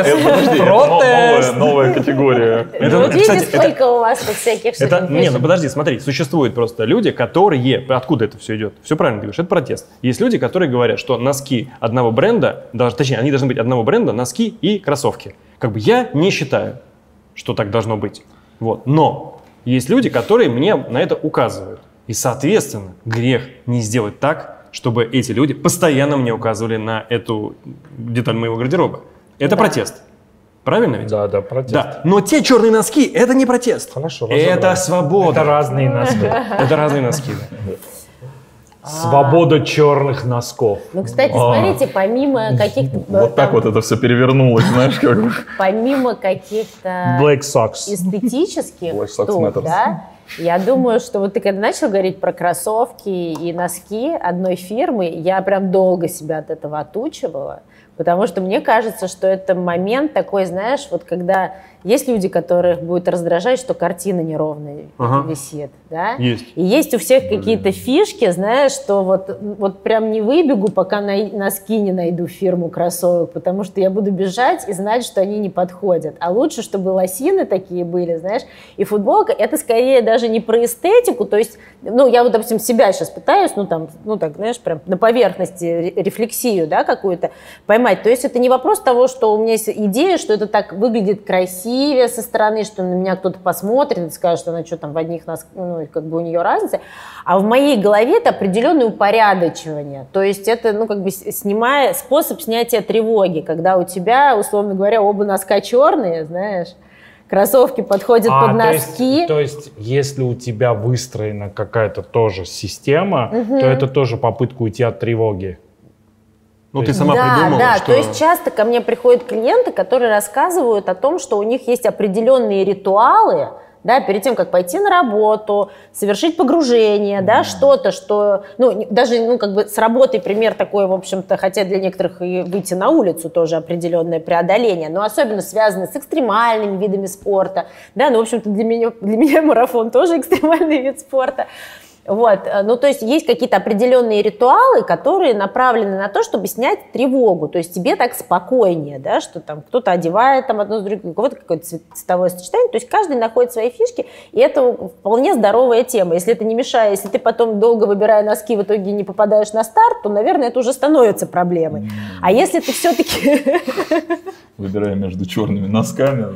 Протест. Новая категория. Вот видите, сколько у вас тут всяких Не, ну подожди, смотри, существуют просто люди, которые... Откуда это все идет? Все правильно ты говоришь, это протест. Есть люди, которые говорят, что носки одного бренда, точнее, они должны быть одного бренда, носки и кроссовки. Как бы я не считаю, что так должно быть. Вот. Но есть люди, которые мне на это указывают. И, соответственно, грех не сделать так, чтобы эти люди постоянно мне указывали на эту деталь моего гардероба. Это протест. Правильно ведь? Да, протест. Да. Но те черные носки – это не протест. Хорошо. Это свобода. Это разные носки. Это разные носки. Свобода черных носков. Ну, кстати, смотрите, помимо каких-то... Вот так вот это все перевернулось, знаешь, как бы. Помимо каких-то Black socks. эстетических Black socks штук, matters. да, я думаю, что вот ты когда начал говорить про кроссовки и носки одной фирмы, я прям долго себя от этого отучивала, потому что мне кажется, что это момент такой, знаешь, вот когда есть люди, которых будет раздражать, что картина неровная висит, да? Есть. И есть у всех какие-то фишки, знаешь, что вот прям не выбегу, пока носки не найду фирму кроссовок, потому что я буду бежать и знать, что они не подходят. А лучше, чтобы лосины такие были, знаешь, и футболка, это скорее даже не про эстетику, то есть, ну, я вот, допустим, себя сейчас пытаюсь, так, знаешь, прям на поверхности рефлексию, да, какую-то поймать. То есть это не вопрос того, что у меня есть идея, что это так выглядит красиво со стороны, что на меня кто-то посмотрит и скажет, что она что там в одних носках, как бы у нее разница. А в моей голове это определенное упорядочивание. То есть это, как бы способ снятия тревоги, когда у тебя, условно говоря, оба носка черные, знаешь, кроссовки подходят под носки. То есть, если у тебя выстроена какая-то тоже система, то это тоже попытка уйти от тревоги. Ну, ты сама придумала, да, что... то есть часто ко мне приходят клиенты, которые рассказывают о том, что у них есть определенные ритуалы, да, перед тем, как пойти на работу, совершить погружение, да, что-то, что, даже, как бы с работой пример такой, в общем-то, хотя для некоторых и выйти на улицу тоже определенное преодоление, но особенно связано с экстремальными видами спорта, да, в общем-то, для меня марафон тоже экстремальный вид спорта. Вот, то есть есть какие-то определенные ритуалы, которые направлены на то, чтобы снять тревогу, то есть тебе так спокойнее, да, что там кто-то одевает там одно с другим, у кого-то какое-то цветовое сочетание, то есть каждый находит свои фишки, и это вполне здоровая тема. Если это не мешает, если ты потом долго выбирая носки, в итоге не попадаешь на старт, то, наверное, это уже становится проблемой. А если ты все-таки... Выбирая между черными носками.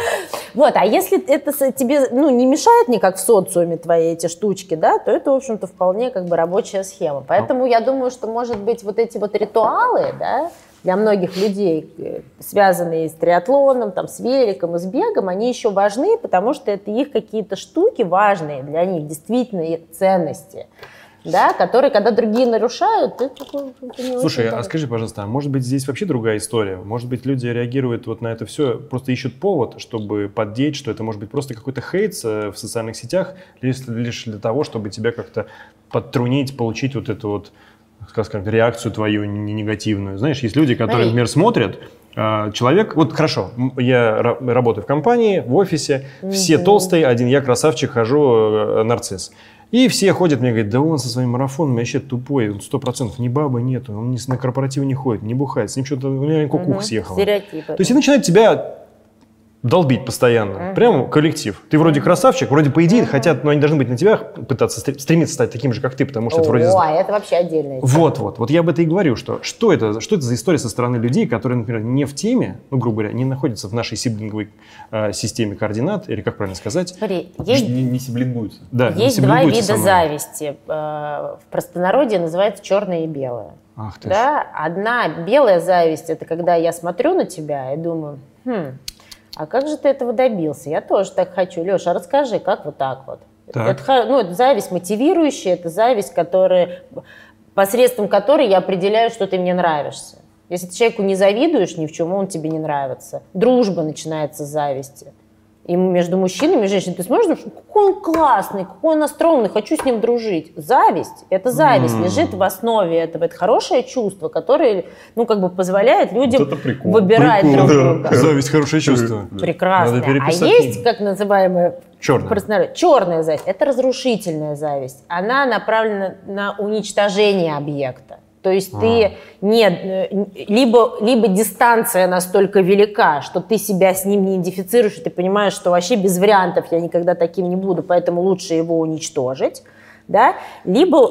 Вот, а если это тебе не мешает никак в социуме твои эти штучки, да, то это, в общем-то, вполне как бы рабочая схема. Поэтому я думаю, что, может быть, вот эти вот ритуалы, да, для многих людей, связанные с триатлоном, там, с великом и с бегом, они еще важны, потому что это их какие-то штуки важные для них, действительно ценности. Да, которые, когда другие нарушают, ты такой... Слушай, а скажи, пожалуйста, а может быть здесь вообще другая история? Может быть люди реагируют вот на это все, просто ищут повод, чтобы поддеть, что это может быть просто какой-то хейт в социальных сетях, лишь для того, чтобы тебя как-то подтрунить, получить вот эту вот, скажем, реакцию твою негативную. Знаешь, есть люди, которые, например, смотрят, человек, вот хорошо, я работаю в компании, в офисе, все толстые, один я красавчик, хожу, нарцисс. И все ходят, мне говорят, да он со своим марафоном вообще тупой, он 100% ни бабы нету, он на корпоративы не ходит, не бухает, с ним что-то, у меня кукуха съехала. Стереотипы. То есть и начинает тебя долбить постоянно, прям коллектив. Ты вроде красавчик, вроде по идее хотят, но они должны быть на тебя пытаться стремиться стать таким же, как ты, потому что это вроде... это вообще отдельная история. Вот я об этом и говорю, что это за история со стороны людей, которые, например, не в теме, грубо говоря, не находятся в нашей сиблинговой системе координат, или как правильно сказать? Смотри, Не сиблингуются. Да, есть два вида зависти. В простонародье называется черное и белое. Ах ты да? Одна белая зависть, это когда я смотрю на тебя и думаю, а как же ты этого добился? Я тоже так хочу. Леша, расскажи, как вот так вот? Так. Это зависть мотивирующая, это зависть, посредством которой я определяю, что ты мне нравишься. Если ты человеку не завидуешь ни в чем, он тебе не нравится. Дружба начинается с зависти. И между мужчинами и женщинами ты смотришь, что какой он классный, какой он остроумный, хочу с ним дружить. Зависть, это зависть лежит в основе этого. Это хорошее чувство, которое, позволяет людям выбирать друг друга. Зависть, хорошее чувство. Прекрасно. А есть, как называемая черная зависть. Это разрушительная зависть. Она направлена на уничтожение объекта. То есть ты либо дистанция настолько велика, что ты себя с ним не идентифицируешь, и ты понимаешь, что вообще без вариантов я никогда таким не буду, поэтому лучше его уничтожить. Да? Либо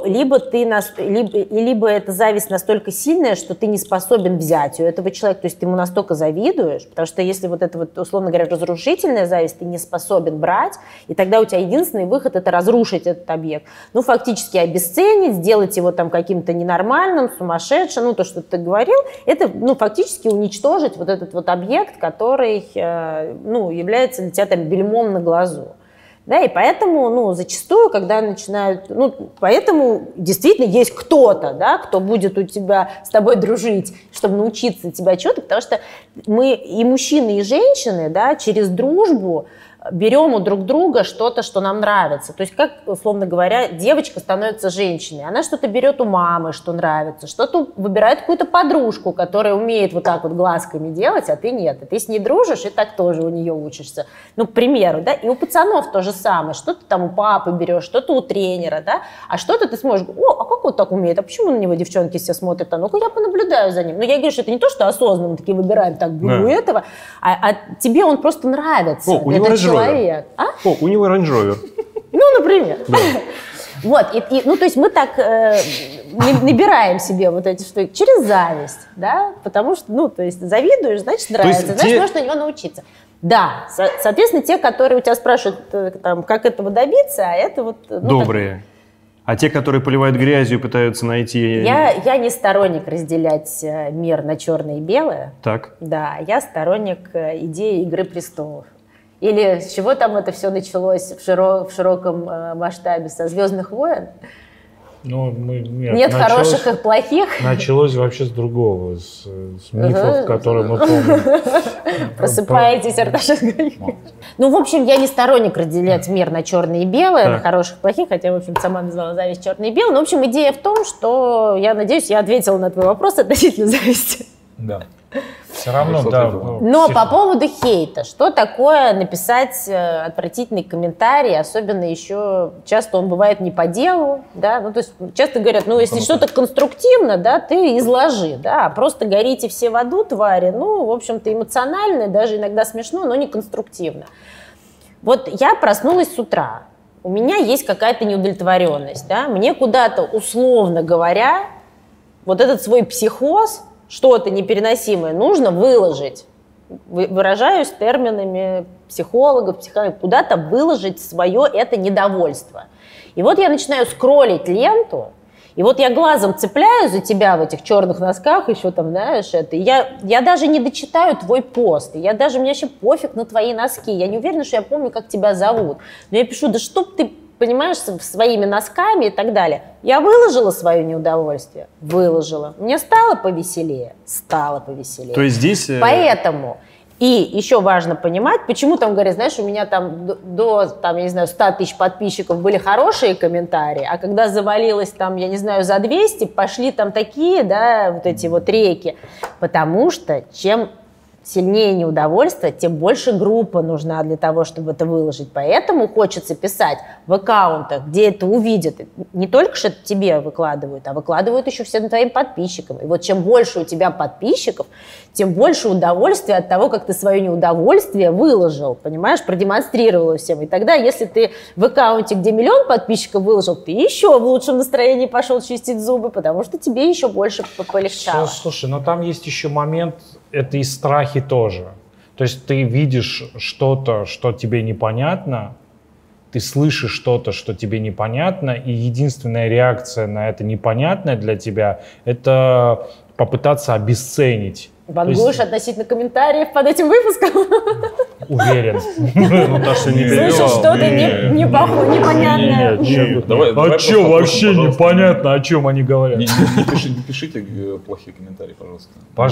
эта зависть настолько сильная, что ты не способен взять у этого человека, то есть ты ему настолько завидуешь, потому что если вот это вот, условно говоря, разрушительная зависть, ты не способен брать, и тогда у тебя единственный выход – это разрушить этот объект. Ну, фактически обесценить, сделать его там каким-то ненормальным, сумасшедшим, ну, то, что ты говорил, это, ну, фактически уничтожить вот этот вот объект, который, ну, является для тебя там бельмом на глазу. Да, и поэтому, ну, зачастую, когда начинают, ну, поэтому действительно есть кто-то, да, кто будет с тобой дружить, чтобы научиться тебя чему-то, потому что мы и мужчины, и женщины, да, через дружбу берем у друг друга что-то, что нам нравится. То есть, как, условно говоря, девочка становится женщиной. Она что-то берет у мамы, что нравится, что-то выбирает какую-то подружку, которая умеет вот так вот глазками делать, а ты нет. И ты с ней дружишь, и так тоже у нее учишься. Ну, к примеру, да, и у пацанов то же самое. Что-то там у папы берешь, что-то у тренера, да, а что-то ты сможешь, а как вот так умеет, а почему на него девчонки все смотрят, а ну-ка я понаблюдаю за ним. Но я говорю, что это не то, что осознанно мы такие выбираем, так, буду этого, а тебе он просто нравится. У него человек. У него Range Rover. Ну, например. Да. Вот, ну, то есть мы так набираем себе вот эти штуки через зависть, да, потому что, ну, то есть завидуешь, значит, нравится, значит, можно у него научиться. Да, соответственно, те, которые у тебя спрашивают, там, как этого добиться, а это вот... Ну, добрые. Так... А те, которые поливают грязью, пытаются найти... Я не сторонник разделять мир на черное и белое. Так. Да, я сторонник идеи «Игры престолов». Или с чего там это все началось в широком масштабе, со «Звездных войн»? Ну, нет хороших и плохих. Началось вообще с другого, с мифов, которые мы помним. Просыпаетесь, Арташев. Ну, в общем, я не сторонник разделять мир на черное и белое, на хороших и плохих, хотя, в общем, сама назвала зависть черное и белое. Но, в общем, идея в том, что, я надеюсь, я ответила на твой вопрос относительно зависти. Да. Все равно, да. Но по поводу хейта, что такое написать отвратительный комментарий, особенно еще часто он бывает не по делу, да, ну то есть часто говорят, ну если что-то конструктивно, да, ты изложи, да, а просто горите все в аду, твари, ну, в общем-то, эмоционально, даже иногда смешно, но не конструктивно. Вот я проснулась с утра, у меня есть какая-то неудовлетворенность, да, мне куда-то, условно говоря, вот этот свой психоз, что-то непереносимое нужно выложить. Выражаюсь терминами психологов, куда-то выложить свое это недовольство. И вот я начинаю скроллить ленту, и вот я глазом цепляю за тебя в этих черных носках, еще там, знаешь, это. Я даже не дочитаю твой пост, мне вообще пофиг на твои носки. Я не уверена, что я помню, как тебя зовут. Но я пишу, да чтоб ты, понимаешь, своими носками и так далее. Я выложила свое неудовольствие? Выложила. Мне стало повеселее? Стало повеселее. То есть здесь... Поэтому... И еще важно понимать, почему там говорят, знаешь, у меня там до там, я не знаю, 100 тысяч подписчиков были хорошие комментарии, а когда завалилось там, я не знаю, за 200, пошли там такие, да, вот эти вот реки. Потому что чем сильнее неудовольствие, тем больше группа нужна для того, чтобы это выложить. Поэтому хочется писать в аккаунтах, где это увидят. Не только что это тебе выкладывают, а выкладывают еще всем твоим подписчикам. И вот чем больше у тебя подписчиков, тем больше удовольствия от того, как ты свое неудовольствие выложил, понимаешь, продемонстрировал всем. И тогда, если ты в аккаунте, где 1 миллион подписчиков выложил, ты еще в лучшем настроении пошел чистить зубы, потому что тебе еще больше полегчало. Слушай, но там есть еще момент, это и страхи тоже. То есть ты видишь что-то, что тебе непонятно, ты слышишь что-то, что тебе непонятно, и единственная реакция на это непонятное для тебя – это попытаться обесценить. Вангуш относительно комментариев под этим выпуском? Уверен. Ну, так что не перевел. Слышишь, что-то непонятное. А что вообще непонятно, о чем они говорят? Не пишите плохие комментарии, пожалуйста.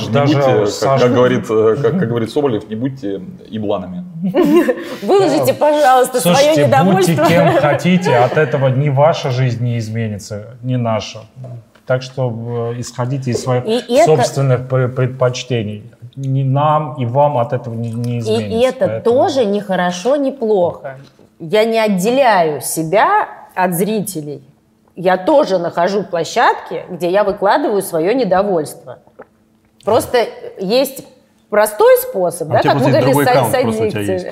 Даже как говорит Соболев, не будьте ебланами. Выложите, пожалуйста, свое недовольство. Будьте кем хотите, от этого ни ваша жизнь не изменится, ни наша. Так что исходите из своих собственных предпочтений. Ни нам и вам от этого не изменится. И это тоже не хорошо, не плохо. Я не отделяю себя от зрителей. я тоже нахожу площадки, где я выкладываю свое недовольство. Просто есть простой способ, да, как мы говорили, с аддикцией.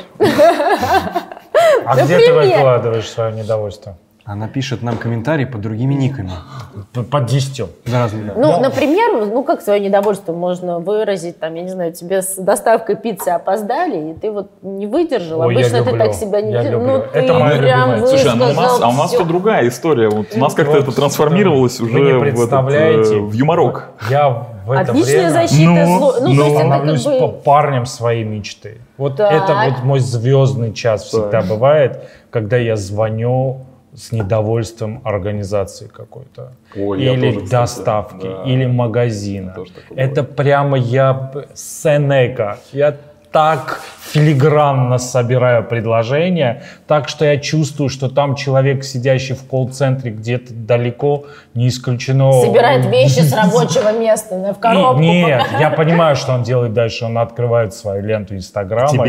А где ты выкладываешь свое недовольство? Она пишет нам комментарии под другими никами. Под 10. Ну, например, как свое недовольство можно выразить, там, я не знаю, тебе с доставкой пиццы опоздали, и ты вот не выдержал. Ой, обычно ты так себя не люблю. Ну, это моя любимая. Слушай, у нас то другая история. Вот у нас как-то это трансформировалось уже в юморок. Я в это Отличная время защита становлюсь парнем своей мечты. Вот это вот мой звездный час всегда бывает, когда я звоню с недовольством организации какой-то. Или доставки, или магазина. Это прямо я Сенека. Я так филигранно собираю предложения, так что я чувствую, что там человек, сидящий в колл-центре где-то далеко, не исключено... Собирает вещи с рабочего места в коробку. Нет, я понимаю, что он делает дальше. Он открывает свою ленту Инстаграма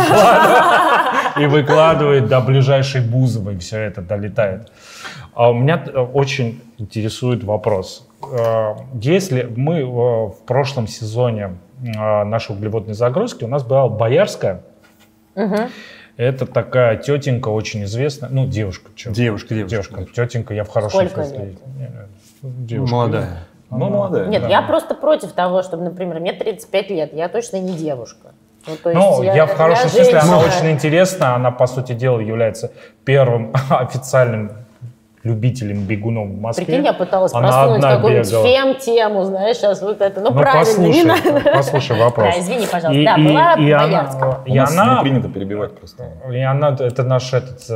и выкладывает до ближайшей Бузовой. Все это долетает. А меня очень интересует вопрос. Если мы в прошлом сезоне нашей углеводной загрузки, у нас была Боярская. Это такая тетенька очень известная. Ну, девушка. Девушка. Тетенька, я в хорошем смысле. Девушка. Молодая. Молодая. Нет, я просто против того, чтобы, например, мне 35 лет, я точно не девушка. Я в хорошем смысле, она очень интересна. Она, по сути дела, является первым официальным любителем бегуном в Москве. Прикинь, я пыталась просунуть какую-нибудь фем-тему, знаешь, сейчас вот это. Правильно, не надо. Послушай вопрос. Да, извини, пожалуйста. Да, была Боярская. У нас не принято перебивать просто. И она, это наш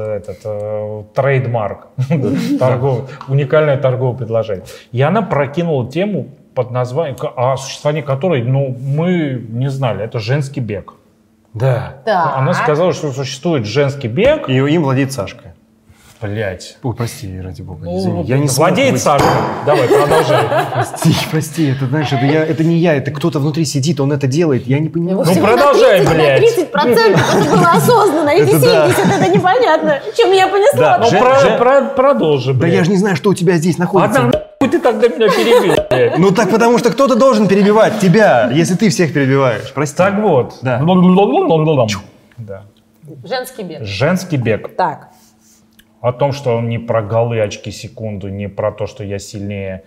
трейдмарк, уникальное торговое предложение. И она прокинула тему под названием, о существовании которой, мы не знали. Это женский бег. Да. Она сказала, что существует женский бег. И им владеет Сашка. Блять. Ой, прости, ради бога, извини. Я не владеет Сашка. Давай, продолжай. Прости, это, знаешь, это не я, это кто-то внутри сидит, он это делает, я не понимаю. Продолжай, блядь. 30% это было осознанно, или 70% это непонятно. Чем я понесла? Продолжи, блядь. Да я же не знаю, что у тебя здесь находится. Ты тогда меня перебил, блядь. Ну так потому что кто-то должен перебивать тебя, если ты всех перебиваешь. Прости. Так вот. Да. Женский бег. Женский бег. Так. О том, что он не про голые очки секунду, не про то, что я сильнее,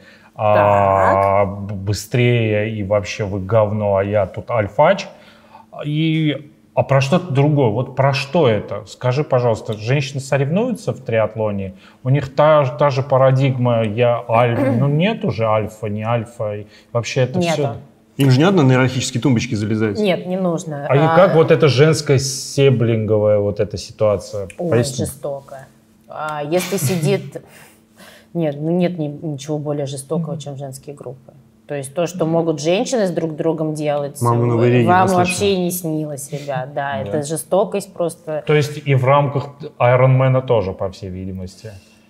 быстрее и вообще вы говно, а я тут альфач. А про что-то другое. Вот про что это? Скажи, пожалуйста, женщины соревнуются в триатлоне? У них та же парадигма, я альфа. Нет уже альфа, не альфа. И вообще это все... Им же не надо на иерархические тумбочки залезать? Нет, не нужно. А как вот эта женская себлинговая вот эта ситуация? Ой, жестокая. Если сидит... Нет, ничего более жестокого, чем женские группы. То есть то, что могут женщины с друг другом делать, вам вообще не снилось, ребят. Да, это жестокость просто. То есть и в рамках Айронмена тоже, по всей видимости.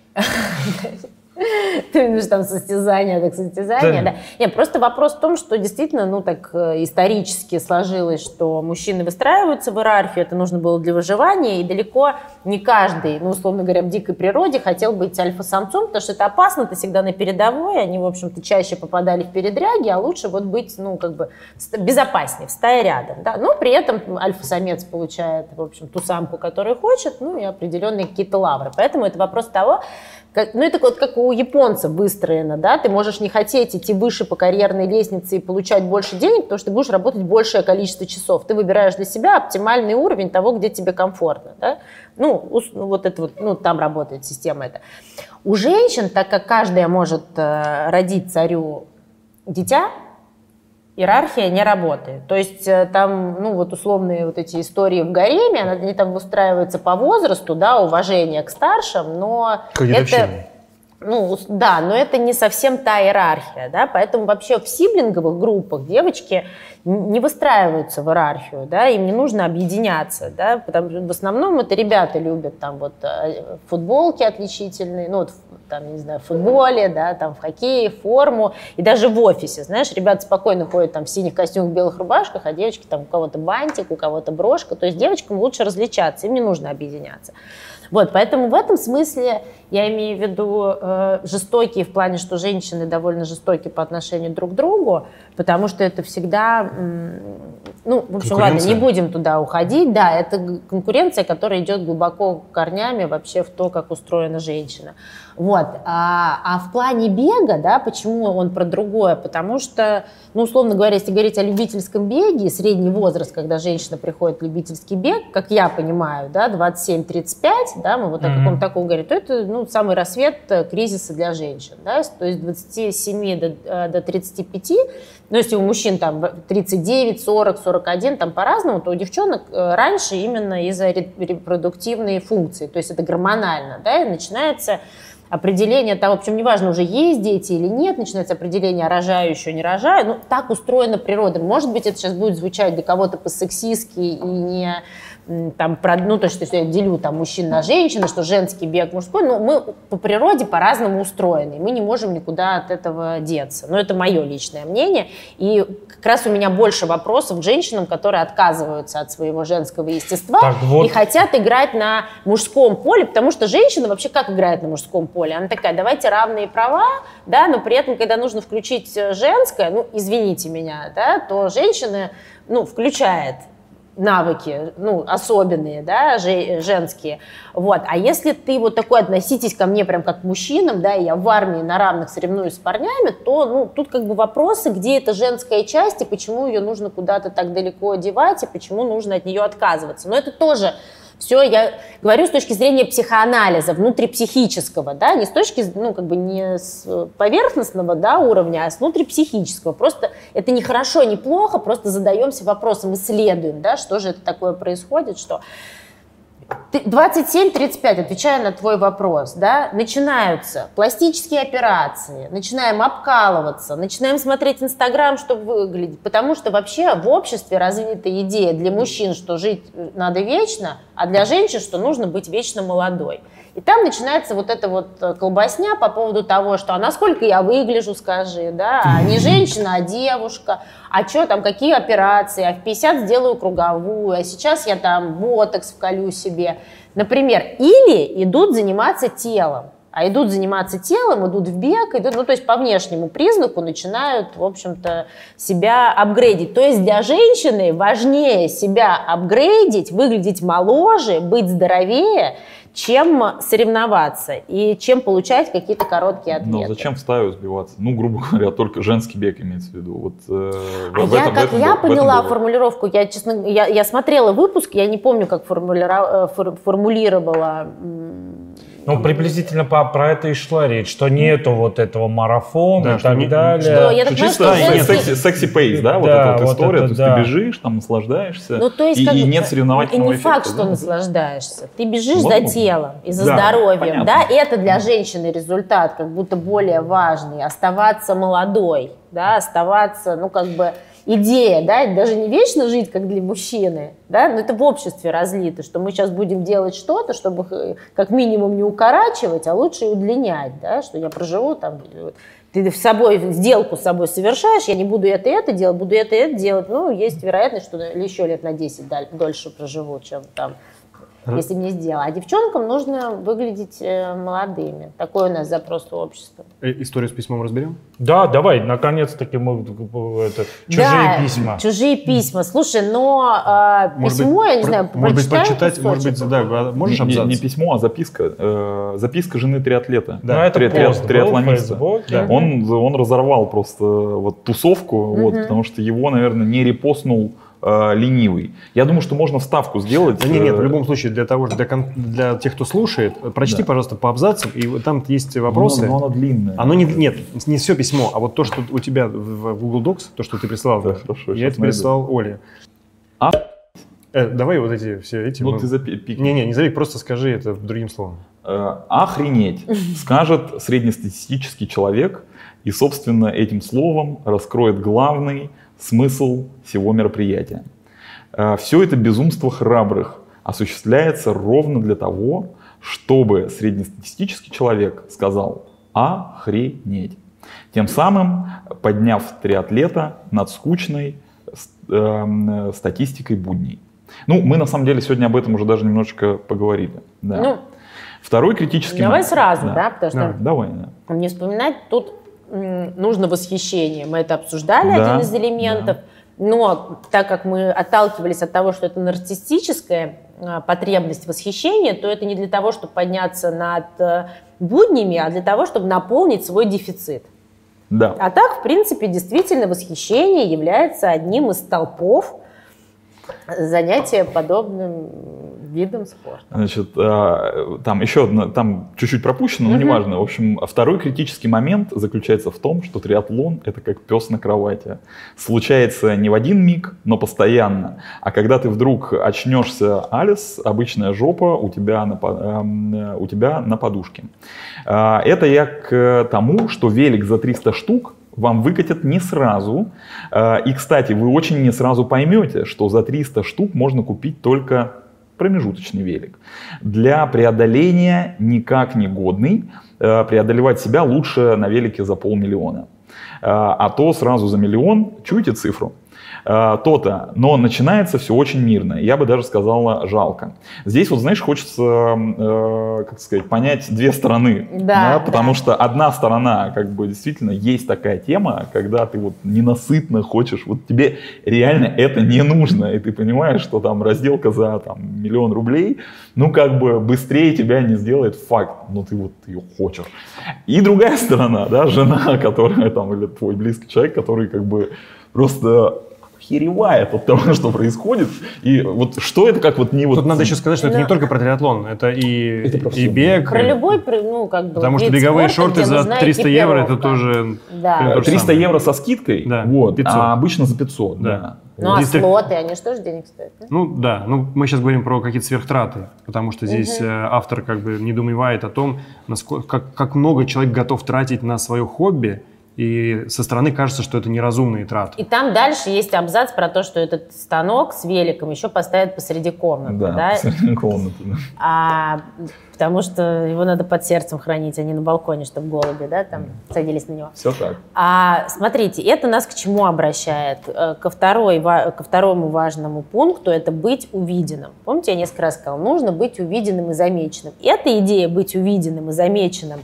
Ты видишь, там состязание, да. Нет, просто вопрос в том, что действительно, так исторически сложилось, что мужчины выстраиваются в иерархию, это нужно было для выживания, и далеко не каждый, условно говоря, в дикой природе хотел быть альфа-самцом, потому что это опасно, ты всегда на передовой, они, в общем-то, чаще попадали в передряги, а лучше вот быть, безопаснее, в стае рядом, да. Но при этом альфа-самец получает, в общем, ту самку, которую хочет, и определенные какие-то лавры. Поэтому это вопрос того, это вот как у японцев выстроено, да, ты можешь не хотеть идти выше по карьерной лестнице и получать больше денег, потому что ты будешь работать большее количество часов. Ты выбираешь для себя оптимальный уровень того, где тебе комфортно, да. Там работает система эта. У женщин, так как каждая может родить царю дитя, иерархия не работает. То есть там, условные вот эти истории в гареме, они там выстраиваются по возрасту, да, уважение к старшим, но но это не совсем та иерархия, да, поэтому вообще в сиблинговых группах девочки не выстраиваются в иерархию, да, им не нужно объединяться, да, потому что в основном это ребята любят там футболки отличительные, там, не знаю, в футболе, да, там, в хоккее, в форму, и даже в офисе, знаешь, ребята спокойно ходят там в синих костюмах, в белых рубашках, а девочки там у кого-то бантик, у кого-то брошка, то есть девочкам лучше различаться, им не нужно объединяться. Вот, поэтому в этом смысле я имею в виду жестокие в плане, что женщины довольно жестокие по отношению друг к другу, потому что это всегда, ну, в общем, ладно, не будем туда уходить, да, это конкуренция, которая идет глубоко корнями вообще в то, как устроена женщина. Вот, а в плане бега, да, почему он про другое? Потому что, ну, условно говоря, если говорить о любительском беге, средний возраст, когда женщина приходит в любительский бег, как я понимаю, да, 27-35, да, мы вот о каком-то таком говорим, то это, ну, самый рассвет кризиса для женщин, да, то есть 27 до 35, ну, если у мужчин там 39, 40, 41, там по-разному, то у девчонок раньше именно из-за репродуктивной функции, то есть это гормонально, да, и начинается определение того, в общем, неважно, уже есть дети или нет, начинается определение, рожаю, еще не рожаю, ну, так устроена природа. Может быть, это сейчас будет звучать для кого-то по-сексистски и не там, ну, то, что я делю там мужчин на женщин, что женский бег мужской, но мы по природе по-разному устроены, и мы не можем никуда от этого деться. Но это мое личное мнение, и как раз у меня больше вопросов к женщинам, которые отказываются от своего женского естества и хотят играть на мужском поле, потому что женщина вообще как играет на мужском поле? Она такая, давайте равные права, да, но при этом, когда нужно включить женское, ну, извините меня, да, то женщина, ну, включает навыки, ну, особенные, да, женские, вот, а если ты вот такой, относитесь ко мне прям как к мужчинам, да, и я в армии на равных соревнуюсь с парнями, то, ну, тут как бы вопросы, где эта женская часть, и почему ее нужно куда-то так далеко одевать, и почему нужно от нее отказываться, но это тоже все, я говорю с точки зрения психоанализа, внутрипсихического, да, не с точки, ну, как бы не с поверхностного, да, уровня, а с внутрипсихического. Просто это не хорошо, не плохо, просто задаемся вопросом, исследуем, да, что же это такое происходит, что 27-35, отвечая на твой вопрос, да, начинаются пластические операции, начинаем обкалываться, начинаем смотреть Инстаграм, чтобы выглядеть, потому что вообще в обществе развита идея для мужчин, что жить надо вечно, а для женщин, что нужно быть вечно молодой. И там начинается вот эта вот колбасня по поводу того, что а насколько я выгляжу, скажи, да, а не женщина, а девушка, а что там, какие операции, а в 50 сделаю круговую, а сейчас я там ботокс вколю себе, например. Или идут заниматься телом, а идут заниматься телом, идут в бег, идут, ну, то есть по внешнему признаку начинают, в общем-то, себя апгрейдить. То есть для женщины важнее себя апгрейдить, выглядеть моложе, быть здоровее, чем соревноваться и чем получать какие-то короткие ответы. Но зачем в стаю сбиваться? Ну, грубо говоря, только женский бег имеется в виду. Вот, я поняла формулировку, я, честно, я смотрела выпуск, я не помню, как формулировала. Ну, приблизительно про это и шла речь, что нету вот этого марафона, да, и так далее. Что, я так чисто секси-пейс, да, вот эта вот история, то есть ты бежишь, там наслаждаешься, ну, то есть, и нет соревновательного эффекта. И не факт, что наслаждаешься. Ты бежишь за телом и за здоровьем, да, это для женщины результат как будто более важный, оставаться молодой, да, оставаться, ну, как бы... Идея, да, даже не вечно жить, как для мужчины, да, но это в обществе разлито, что мы сейчас будем делать что-то, чтобы как минимум не укорачивать, а лучше и удлинять, да, что я проживу там, ты сделку с собой совершаешь, я не буду это делать, буду это делать, ну, есть вероятность, что еще лет на 10 дольше проживу, чем там, если не сделал. А девчонкам нужно выглядеть молодыми. Такой у нас запрос у общества. Историю с письмом разберем? Да, давай, наконец-таки мы чужие письма. Чужие письма. Слушай, но письмо, я не знаю, может быть, прочитать, может быть, да, можешь абзац? Не письмо, а записка. Записка жены триатлета. Да, это пост триатлониста. Он разорвал просто вот тусовку, вот, потому что его, наверное, не репостнул ленивый. Я думаю, что можно вставку сделать. Да нет, в любом случае, для тех, кто слушает, прочти, пожалуйста, по абзацам, и там есть вопросы. Но оно длинное. Нет, не все письмо, а вот то, что у тебя в Google Docs, то, что ты прислал, да, хорошо, я это прислал Оле. Давай вот эти все эти... Ну, ты запикни. Не зови, просто скажи это другим словом. Охренеть, скажет среднестатистический человек, и, собственно, этим словом раскроет главный смысл всего мероприятия. Все это безумство храбрых осуществляется ровно для того, чтобы среднестатистический человек сказал «охренеть», тем самым подняв триатлета над скучной статистикой будней. Ну, мы на самом деле сегодня об этом уже даже немножечко поговорили. Да. Ну, второй критический давай момент. сразу, да, потому что давай, не вспоминать тут нужно восхищение. Мы это обсуждали, один из элементов. Но так как мы отталкивались от того, что это нарциссическая потребность восхищения, то это не для того, чтобы подняться над буднями, а для того, чтобы наполнить свой дефицит. Да. А так, в принципе, действительно восхищение является одним из столпов занятия подобным видом спорта. Значит, там еще одно, там чуть-чуть пропущено, но неважно. В общем, второй критический момент заключается в том, что триатлон — это как пес на кровати. Случается не в один миг, но постоянно. А когда ты вдруг очнешься, Алис, обычная жопа у тебя на подушке. Это я к тому, что велик за 300 штук вам выкатят не сразу. И, кстати, вы очень не сразу поймете, что за 300 штук можно купить только промежуточный велик. Для преодоления никак не годный. Преодолевать себя лучше на велике за 500 000. А то сразу за 1 000 000, чуете цифру? То-то, но начинается все очень мирно. Я бы даже сказала, жалко. Здесь вот, знаешь, хочется, как сказать, понять две стороны. Да, потому что одна сторона, как бы, действительно, есть такая тема, когда ты вот ненасытно хочешь, вот тебе реально это не нужно, и ты понимаешь, что там разделка за 1 000 000 рублей, ну, как бы, быстрее тебя не сделает факт, но ты вот ее хочешь. И другая сторона, да, жена, которая там, или твой близкий человек, который, как бы, просто охеревает от того, что происходит. И вот что это как вот не вот... Тут надо еще сказать, что это не только про триатлон, это и бег. Про любой, ну, как бы, потому что вид беговые спорта, шорты за 300 евро это тоже... Да. 300 евро со скидкой, да, вот, 500. а обычно за 500. Да. Ну, а слоты, они же тоже денег стоят, да? Ну, да. Ну, мы сейчас говорим про какие-то сверхтраты, потому что здесь автор как бы недоумевает о том, насколько, как много человек готов тратить на свое хобби, и со стороны кажется, что это неразумные траты. И там дальше есть абзац про то, что этот станок с великом еще поставят посреди комнаты. Да, посреди комнаты. Да. Потому что его надо под сердцем хранить, а не на балконе, чтобы голуби, да, там садились на него. Все так. Смотрите, это нас к чему обращает? Ко второму важному пункту – это быть увиденным. Помните, я несколько раз сказала, нужно быть увиденным и замеченным. Эта идея быть увиденным и замеченным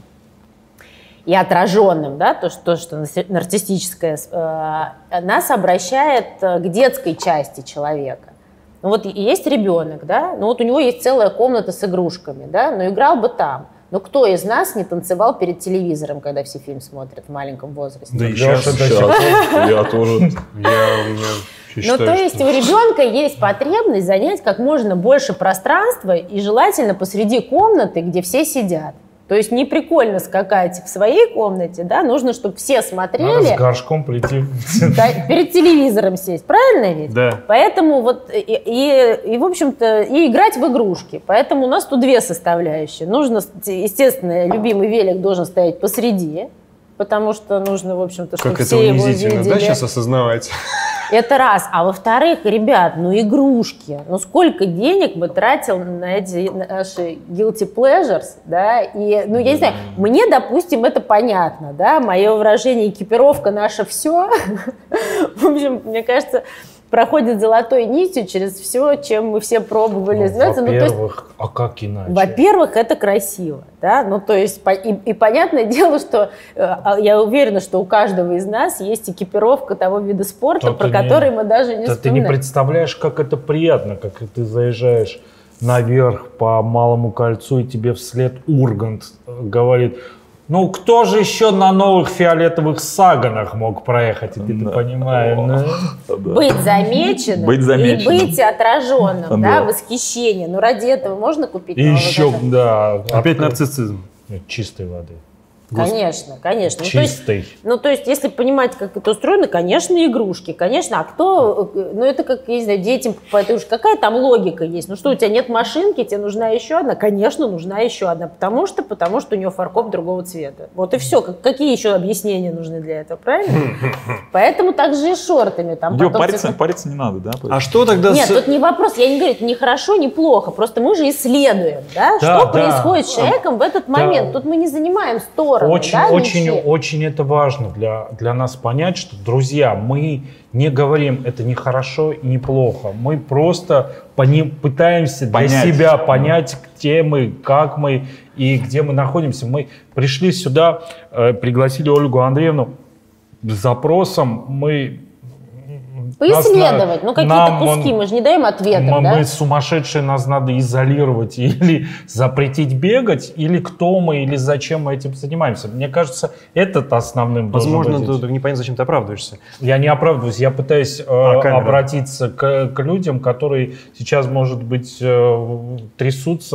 и отраженным, да, то, что нарциссическое, нас обращает к детской части человека. Ну вот есть ребенок, да, ну вот у него есть целая комната с игрушками, да, но играл бы там. Но кто из нас не танцевал перед телевизором, когда все фильм смотрят в маленьком возрасте? Да и сейчас. Я тоже. Ну, то есть у ребенка есть потребность занять как можно больше пространства и желательно посреди комнаты, где все сидят. То есть не прикольно скакать в своей комнате, да, нужно, чтобы все смотрели. Надо с горшком прийти. Да, перед телевизором сесть, правильно ведь? Да. Поэтому вот и в общем-то, и играть в игрушки. Поэтому у нас тут две составляющие. Нужно, естественно, любимый велик должен стоять посреди, потому что нужно, в общем-то, чтобы как все это его унизительно, видели. да, сейчас осознавать? Это раз. А во-вторых, ребят, ну игрушки. Ну сколько денег мы тратим на эти наши guilty pleasures, да? И, ну я не знаю, мне, допустим, это понятно, да? Мое выражение «экипировка наше все». В общем, мне кажется, проходит золотой нитью через все, чем мы все пробовали заниматься. Во-первых, а как иначе? Во-первых, это красиво, да, ну то есть и понятное дело, что я уверена, что у каждого из нас есть экипировка того вида спорта, про который мы даже не вспоминаем. Ты не представляешь, как это приятно, как ты заезжаешь наверх по Малому кольцу, и тебе вслед Ургант говорит: ну, кто же еще на новых фиолетовых саганах мог проехать, и ты понимаешь? Быть замеченным и быть отраженным, да, восхищение. Ну, ради этого можно купить и еще, да. Опять нарциссизм. Чистой воды. Конечно, конечно. Чистый. То есть, если понимать, как это устроено, конечно, игрушки, конечно. А кто, это как, я не знаю, детям покупают игрушки. Какая там логика есть? Ну что, у тебя нет машинки, тебе нужна еще одна? Конечно, нужна еще одна, потому что у нее фаркоп другого цвета. Вот и все. Какие еще объяснения нужны для этого, правильно? Поэтому так же и с шортами. Париться не надо, да? А что тогда... Нет, тут не вопрос. Я не говорю, это не хорошо, не плохо. Просто мы же исследуем, да, что происходит с человеком в этот момент. Тут мы не занимаем сторону. Очень это важно для нас понять, что, друзья, мы не говорим, это не хорошо и не плохо. Мы просто пытаемся для себя понять, где мы, как мы и где мы находимся. Мы пришли сюда, пригласили Ольгу Андреевну с запросом, поисследовать, какие-то куски, мы же не даем ответов, да? Мы сумасшедшие, нас надо изолировать или запретить бегать, или кто мы, или зачем мы этим занимаемся. Мне кажется, этот основным должен быть. Возможно, непонятно, зачем ты оправдываешься. Я не оправдываюсь, я пытаюсь обратиться к людям, которые сейчас, может быть, трясутся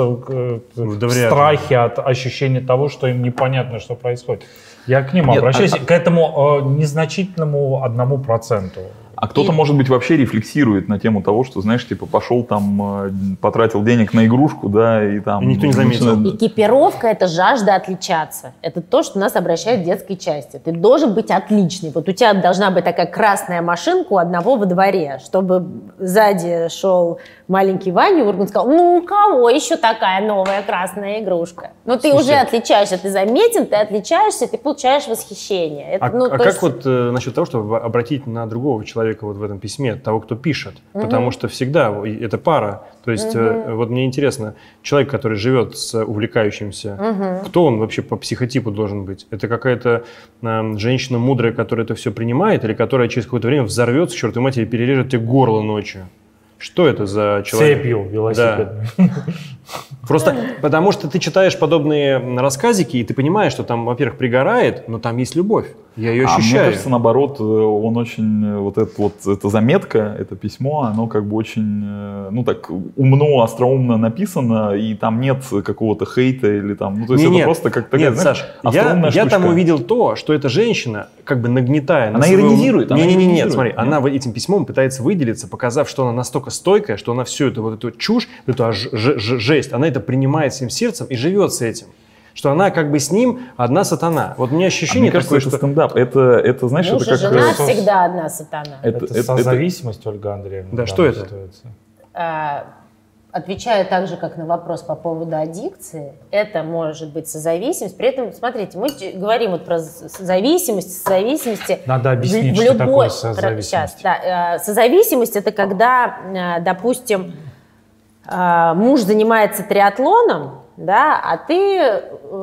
в страхе от ощущения того, что им непонятно, что происходит. Я к ним обращаюсь, к этому незначительному 1%. А кто-то, может быть, вообще рефлексирует на тему того, что, знаешь, типа пошел там, потратил денег на игрушку, да, и там... И никто не заметил. Экипировка – это жажда отличаться. Это то, что нас обращает в детской части. Ты должен быть отличный. Вот у тебя должна быть такая красная машинка у одного во дворе, чтобы сзади шел маленький Ваня Ургант, сказал, у кого еще такая новая красная игрушка? Ты уже отличаешься, ты заметен, ты отличаешься, ты получаешь восхищение. Как насчет того, чтобы обратить на другого человека вот в этом письме, того, кто пишет? Потому что всегда это пара. То есть вот мне интересно, человек, который живет с увлекающимся, кто он вообще по психотипу должен быть? Это какая-то женщина мудрая, которая это все принимает, или которая через какое-то время взорвется, к чертовой матери, перережет тебе горло ночью? Что это за человек? Цепью велосипедной. Да. Просто потому что ты читаешь подобные рассказики, и ты понимаешь, что там, во-первых, пригорает, но там есть любовь. Я ее ощущаю. Мне кажется, наоборот, он очень, эта заметка, это письмо, оно как бы очень, так умно, остроумно написано, и там нет какого-то хейта или там, то есть это просто как такая, Саш, я там увидел то, что эта женщина, как бы нагнетая... Она иронизирует. Нет, смотри, она этим письмом пытается выделиться, показав, что она настолько стойкая, что она всю эту чушь, эту жесть, она это принимает всем сердцем и живет с этим. Что она как бы с ним одна сатана. Вот у меня ощущение такое, что стендап, это знаешь, муж это как... жена всегда одна сатана. Это созависимость, Ольга Андреевна. Да, что это? Отвечая так же, как на вопрос по поводу аддикции, это может быть созависимость. При этом, смотрите, мы говорим вот про созависимости. Надо объяснить, что такое созависимость. Сейчас, да. Созависимость – это когда, допустим, муж занимается триатлоном, да, а ты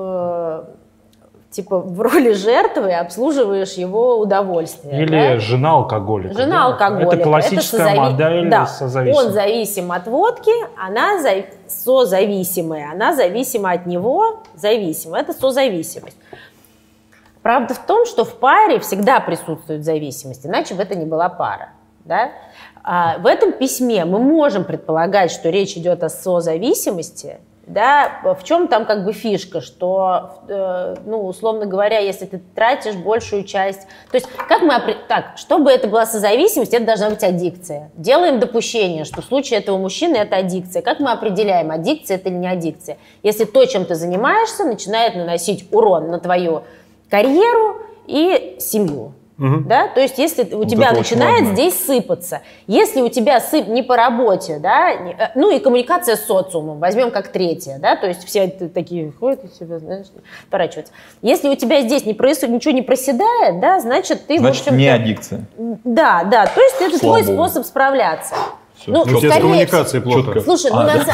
в роли жертвы обслуживаешь его удовольствие. Или жена алкоголика. Жена алкоголика. Это классическая модель созависимости. Он зависим от водки, она созависимая, она зависима от него, зависима. Это созависимость. Правда в том, что в паре всегда присутствует зависимость, иначе бы это не была пара. Да? В этом письме мы можем предполагать, что речь идет о созависимости. Да, в чем там как бы фишка, что, условно говоря, если ты тратишь большую часть... То есть, чтобы это была созависимость, это должна быть аддикция. Делаем допущение, что в случае этого мужчины это аддикция. Как мы определяем, аддикция это или не аддикция? Если то, чем ты занимаешься, начинает наносить урон на твою карьеру и семью. Да? То есть, если у тебя начинает здесь сыпаться, если у тебя не по работе, да, и коммуникация с социумом, возьмем как третье, да, то есть все такие ходят и себя, знаешь, поворачиваются. Если у тебя здесь не происходит, ничего не проседает, да, значит, ты, в общем-то... не аддикция. Да, то есть это твой способ справляться. У тебя с коммуникацией плохо. Слушай,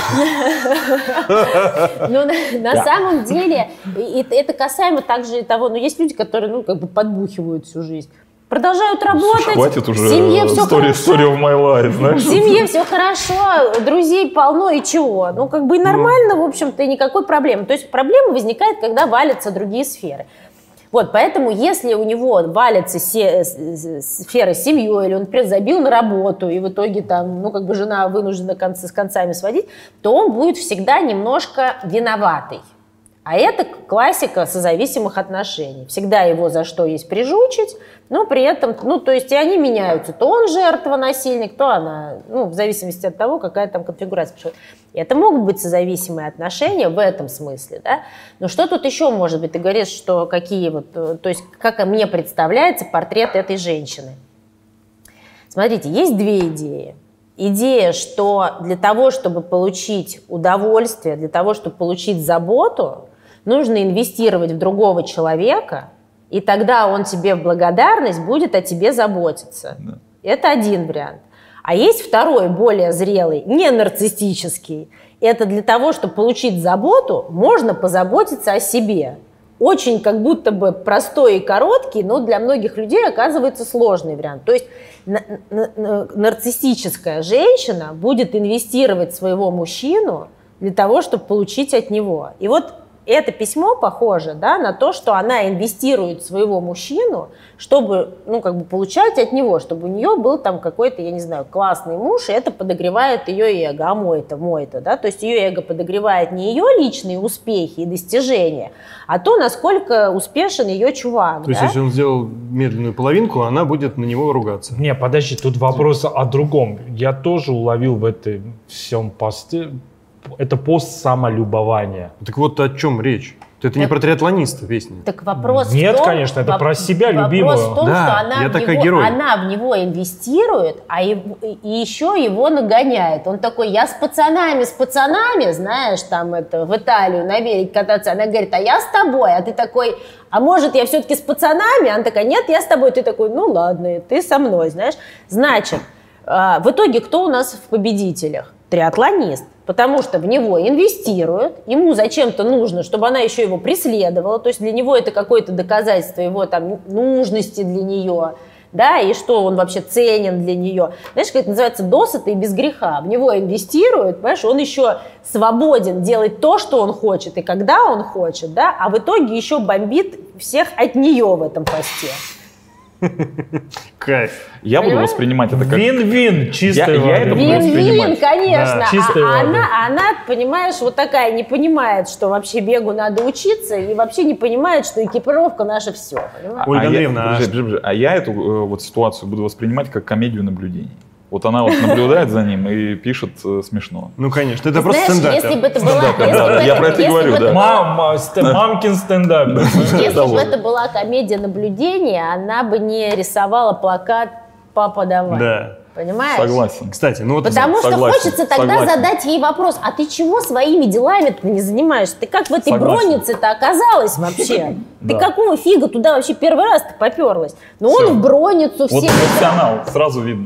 на самом деле, это касаемо также и того, есть люди, которые, подбухивают всю жизнь. Продолжают работать, хватит уже в семье все хорошо. Story of my life, знаешь? В семье все хорошо, друзей полно, и чего? И нормально, в общем-то, и никакой проблемы. То есть проблема возникает, когда валятся другие сферы. Вот, поэтому, если у него валятся сферы с семьей, или он, например, забил на работу, и в итоге там, жена вынуждена концы с концами сводить, то он будет всегда немножко виноватый. А это классика созависимых отношений. Всегда его за что есть прижучить, но при этом, то есть и они меняются. То он жертва, насильник, то она, в зависимости от того, какая там конфигурация происходит. И это могут быть созависимые отношения в этом смысле, да. Но что тут еще может быть? Ты говоришь, что то есть как мне представляется портрет этой женщины. Смотрите, есть две идеи. Идея, что для того, чтобы получить удовольствие, для того, чтобы получить заботу, нужно инвестировать в другого человека, и тогда он тебе в благодарность будет о тебе заботиться. Да. Это один вариант. А есть второй, более зрелый, не нарциссический. Это для того, чтобы получить заботу, можно позаботиться о себе. Очень как будто бы простой и короткий, но для многих людей оказывается сложный вариант. То есть нарциссическая женщина будет инвестировать в своего мужчину для того, чтобы получить от него. И вот это письмо похоже, да, на то, что она инвестирует в своего мужчину, чтобы, получать от него, чтобы у нее был там какой-то, я не знаю, классный муж, и это подогревает ее эго. А мой-то, да, то есть ее эго подогревает не ее личные успехи и достижения, а то, насколько успешен ее чувак. То есть, если он сделал медленную половинку, она будет на него ругаться. Не, подожди, тут вопрос о другом. Я тоже уловил в этом всем посте. Это пост самолюбования. Так вот о чем речь? Это не про триатлониста песня. Так вопрос Нет, в том, конечно, это про себя любимого. Вопрос в том, да, что она в него инвестирует, и еще его нагоняет. Он такой, я с пацанами, знаешь, там в Италию на берег кататься. Она говорит, а я с тобой. А ты такой, а может, я все-таки с пацанами? Она такая, нет, я с тобой. Ты такой, ну ладно, ты со мной, знаешь. Значит, в итоге кто у нас в победителях? Триатлонист. Потому что в него инвестируют, ему зачем-то нужно, чтобы она еще его преследовала, то есть для него это какое-то доказательство его там нужности для нее, да, и что он вообще ценен для нее. Знаешь, как это называется, досыта и без греха. В него инвестируют, понимаешь, он еще свободен делать то, что он хочет, и когда он хочет, да, а в итоге еще бомбит всех от нее в этом посте. Кайф. Я буду воспринимать это как... Вин-вин, чистая вода. Я это буду Вин-вин, конечно. Да, она, понимаешь, вот такая не понимает, что вообще бегу надо учиться, и вообще не понимает, что экипировка наша все. Ольга Андреевна, а я эту вот ситуацию буду воспринимать как комедию наблюдений. Вот она вот наблюдает за ним и пишет смешно. Ну, конечно, это просто стендап. Если бы это была... Я про это говорю, да. Мамкин стендап. Если бы это была комедия наблюдения, она бы не рисовала плакат «Папа, давай». Да. Понимаешь? Согласен. Кстати, ну вот... Потому что хочется тогда задать ей вопрос, а ты чего своими делами-то не занимаешься? Ты как в этой броннице-то оказалась вообще? Ты какого фига туда вообще первый раз-то поперлась? Ну он в бронницу все... Вот профессионал, сразу видно.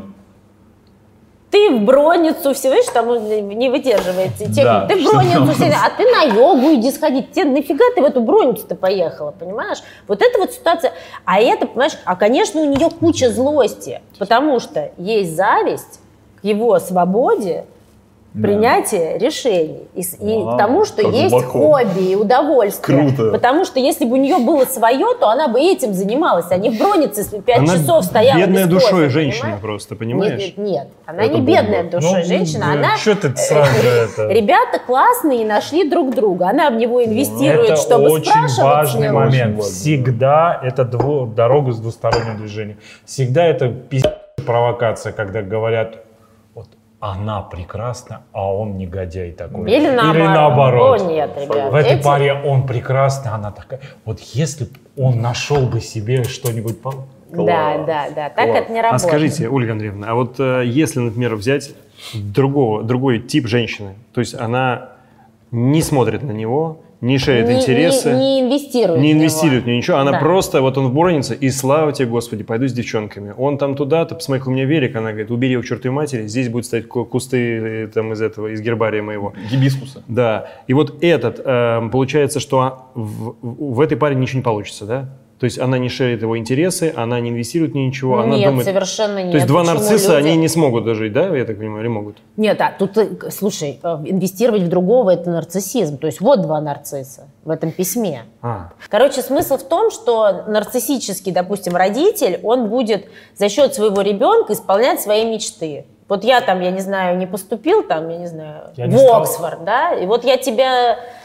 Ты в бронницу все, видишь, там не выдерживает технику. Да, ты в бронницу все, а ты на йогу иди сходить. Тебе нафига ты в эту бронницу-то поехала, понимаешь? Вот это вот ситуация. А это, понимаешь, конечно, у нее куча злости, потому что есть зависть к его свободе, принятие решений и к тому, что есть глубоко. хобби и удовольствие. Круто. Потому что если бы у нее было свое, то она бы этим занималась, а не в броннице 5 часов стояла. Бедная без душой кофе, женщина понимаешь? просто, понимаешь? Нет, она не бедная душой женщина, она... Что ты сразу это... Ребята классные и нашли друг друга. Она в него инвестирует, это чтобы очень спрашивать важный с него. момент. Всегда это дорога с двусторонним движением. Всегда это провокация, когда говорят, вот она прекрасна, а он негодяй такой. Или наоборот. О, нет, ребят. В этой паре он прекрасный, она такая. Вот если бы он нашел бы себе что-нибудь... Да. Так это не работает. А скажите, Ольга Андреевна, а вот если, например, взять другой тип женщины, то есть она не смотрит на него, не шерит интересы, не инвестирует в него ничего, она просто, вот он в броннице, и слава тебе, Господи, пойду с девчонками. Он там туда-то, посмотри, у меня велик, она говорит, убери его к чертовой матери, здесь будут стоять кусты там из гербария моего. Гибискуса. Да, и вот этот, получается, что в этой паре ничего не получится, да? То есть она не шерит его интересы, она не инвестирует в ничего, она нет, думает... совершенно нет. То есть два нарцисса, люди... они не смогут дожить, да, я так понимаю, или могут? Нет, тут, слушай, инвестировать в другого – это нарциссизм. То есть вот два нарцисса в этом письме. Короче, смысл в том, что нарциссический, допустим, родитель, он будет за счет своего ребенка исполнять свои мечты. Вот я там, я не знаю, не поступил там, я не знаю, в Оксфорд, да, и вот я тебя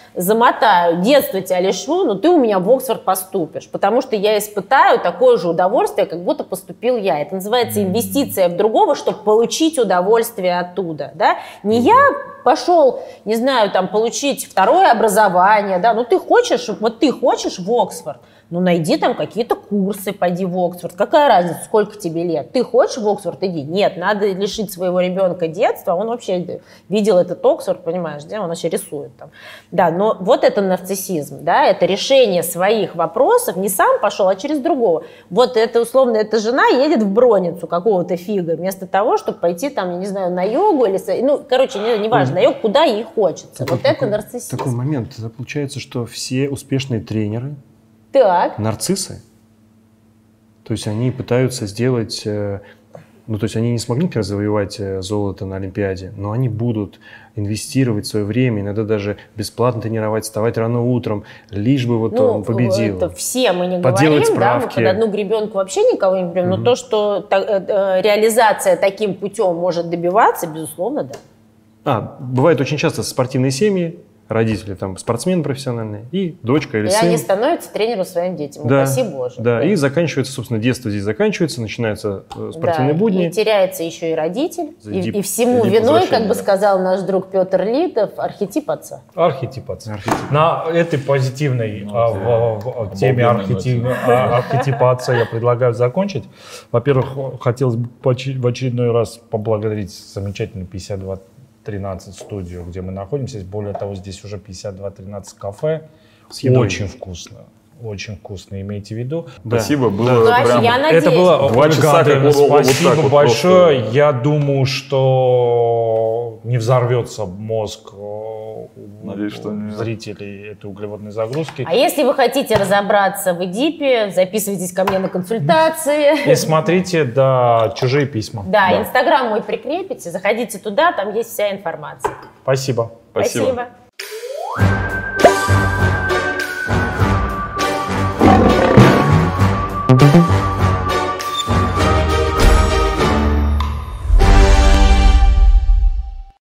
замотаю, детство тебя лишу, но ты у меня в Оксфорд поступишь, потому что я испытаю такое же удовольствие, как будто поступил я. Это называется инвестиция в другого, чтобы получить удовольствие оттуда, да? Не я пошел, не знаю, там, получить второе образование, да, ну ты хочешь в Оксфорд, ну, найди там какие-то курсы, пойди в Оксфорд. Какая разница, сколько тебе лет? Ты хочешь в Оксфорд, иди. Нет, надо лишить своего ребенка детства. Он вообще видел этот Оксфорд, понимаешь, где он вообще рисует там. Да, но вот это нарциссизм, да, это решение своих вопросов. Не сам пошел, а через другого. Вот это, условно, эта жена едет в Броницу какого-то фига, вместо того, чтобы пойти там, я не знаю, на йогу или... Ну, короче, неважно, на йогу, куда ей хочется. Вот это нарциссизм. Такой момент. Это получается, что все успешные тренеры, так. нарциссы. То есть они пытаются сделать... Ну, то есть они не смогли, например, завоевать золото на Олимпиаде, но они будут инвестировать свое время, иногда даже бесплатно тренировать, вставать рано утром, лишь бы вот он победил. Это все мы не говорим, да, мы под одну гребенку вообще никого не берем, но то, что реализация таким путем может добиваться, безусловно, да. Бывает очень часто спортивные семьи, родители там спортсмены профессиональные, и дочка или сын. И они становятся тренером своим детям, упаси Боже. Да, и заканчивается, собственно, детство здесь заканчивается, начинаются спортивные будни. И теряется еще и родитель, и всему виной, как бы сказал наш друг Петр Литов, архетип отца. Архетип отца. На этой позитивной теме архетипа отца я предлагаю закончить. Во-первых, хотелось бы в очередной раз поблагодарить замечательный 5213 студию, где мы находимся. Более того, здесь уже 5213 кафе. Очень вкусно. Очень вкусно, имейте в виду. Спасибо, было прям... Я надеюсь. Это было 2 часа, как спасибо вот большое. просто. Я думаю, что не взорвется мозг Надеюсь, что нет. зрителей этой углеводной загрузки. А если вы хотите разобраться в Эдипе, записывайтесь ко мне на консультации. И смотрите, чужие письма. Да, Инстаграм мой прикрепите, заходите туда, там есть вся информация. Спасибо. Спасибо. Thank you.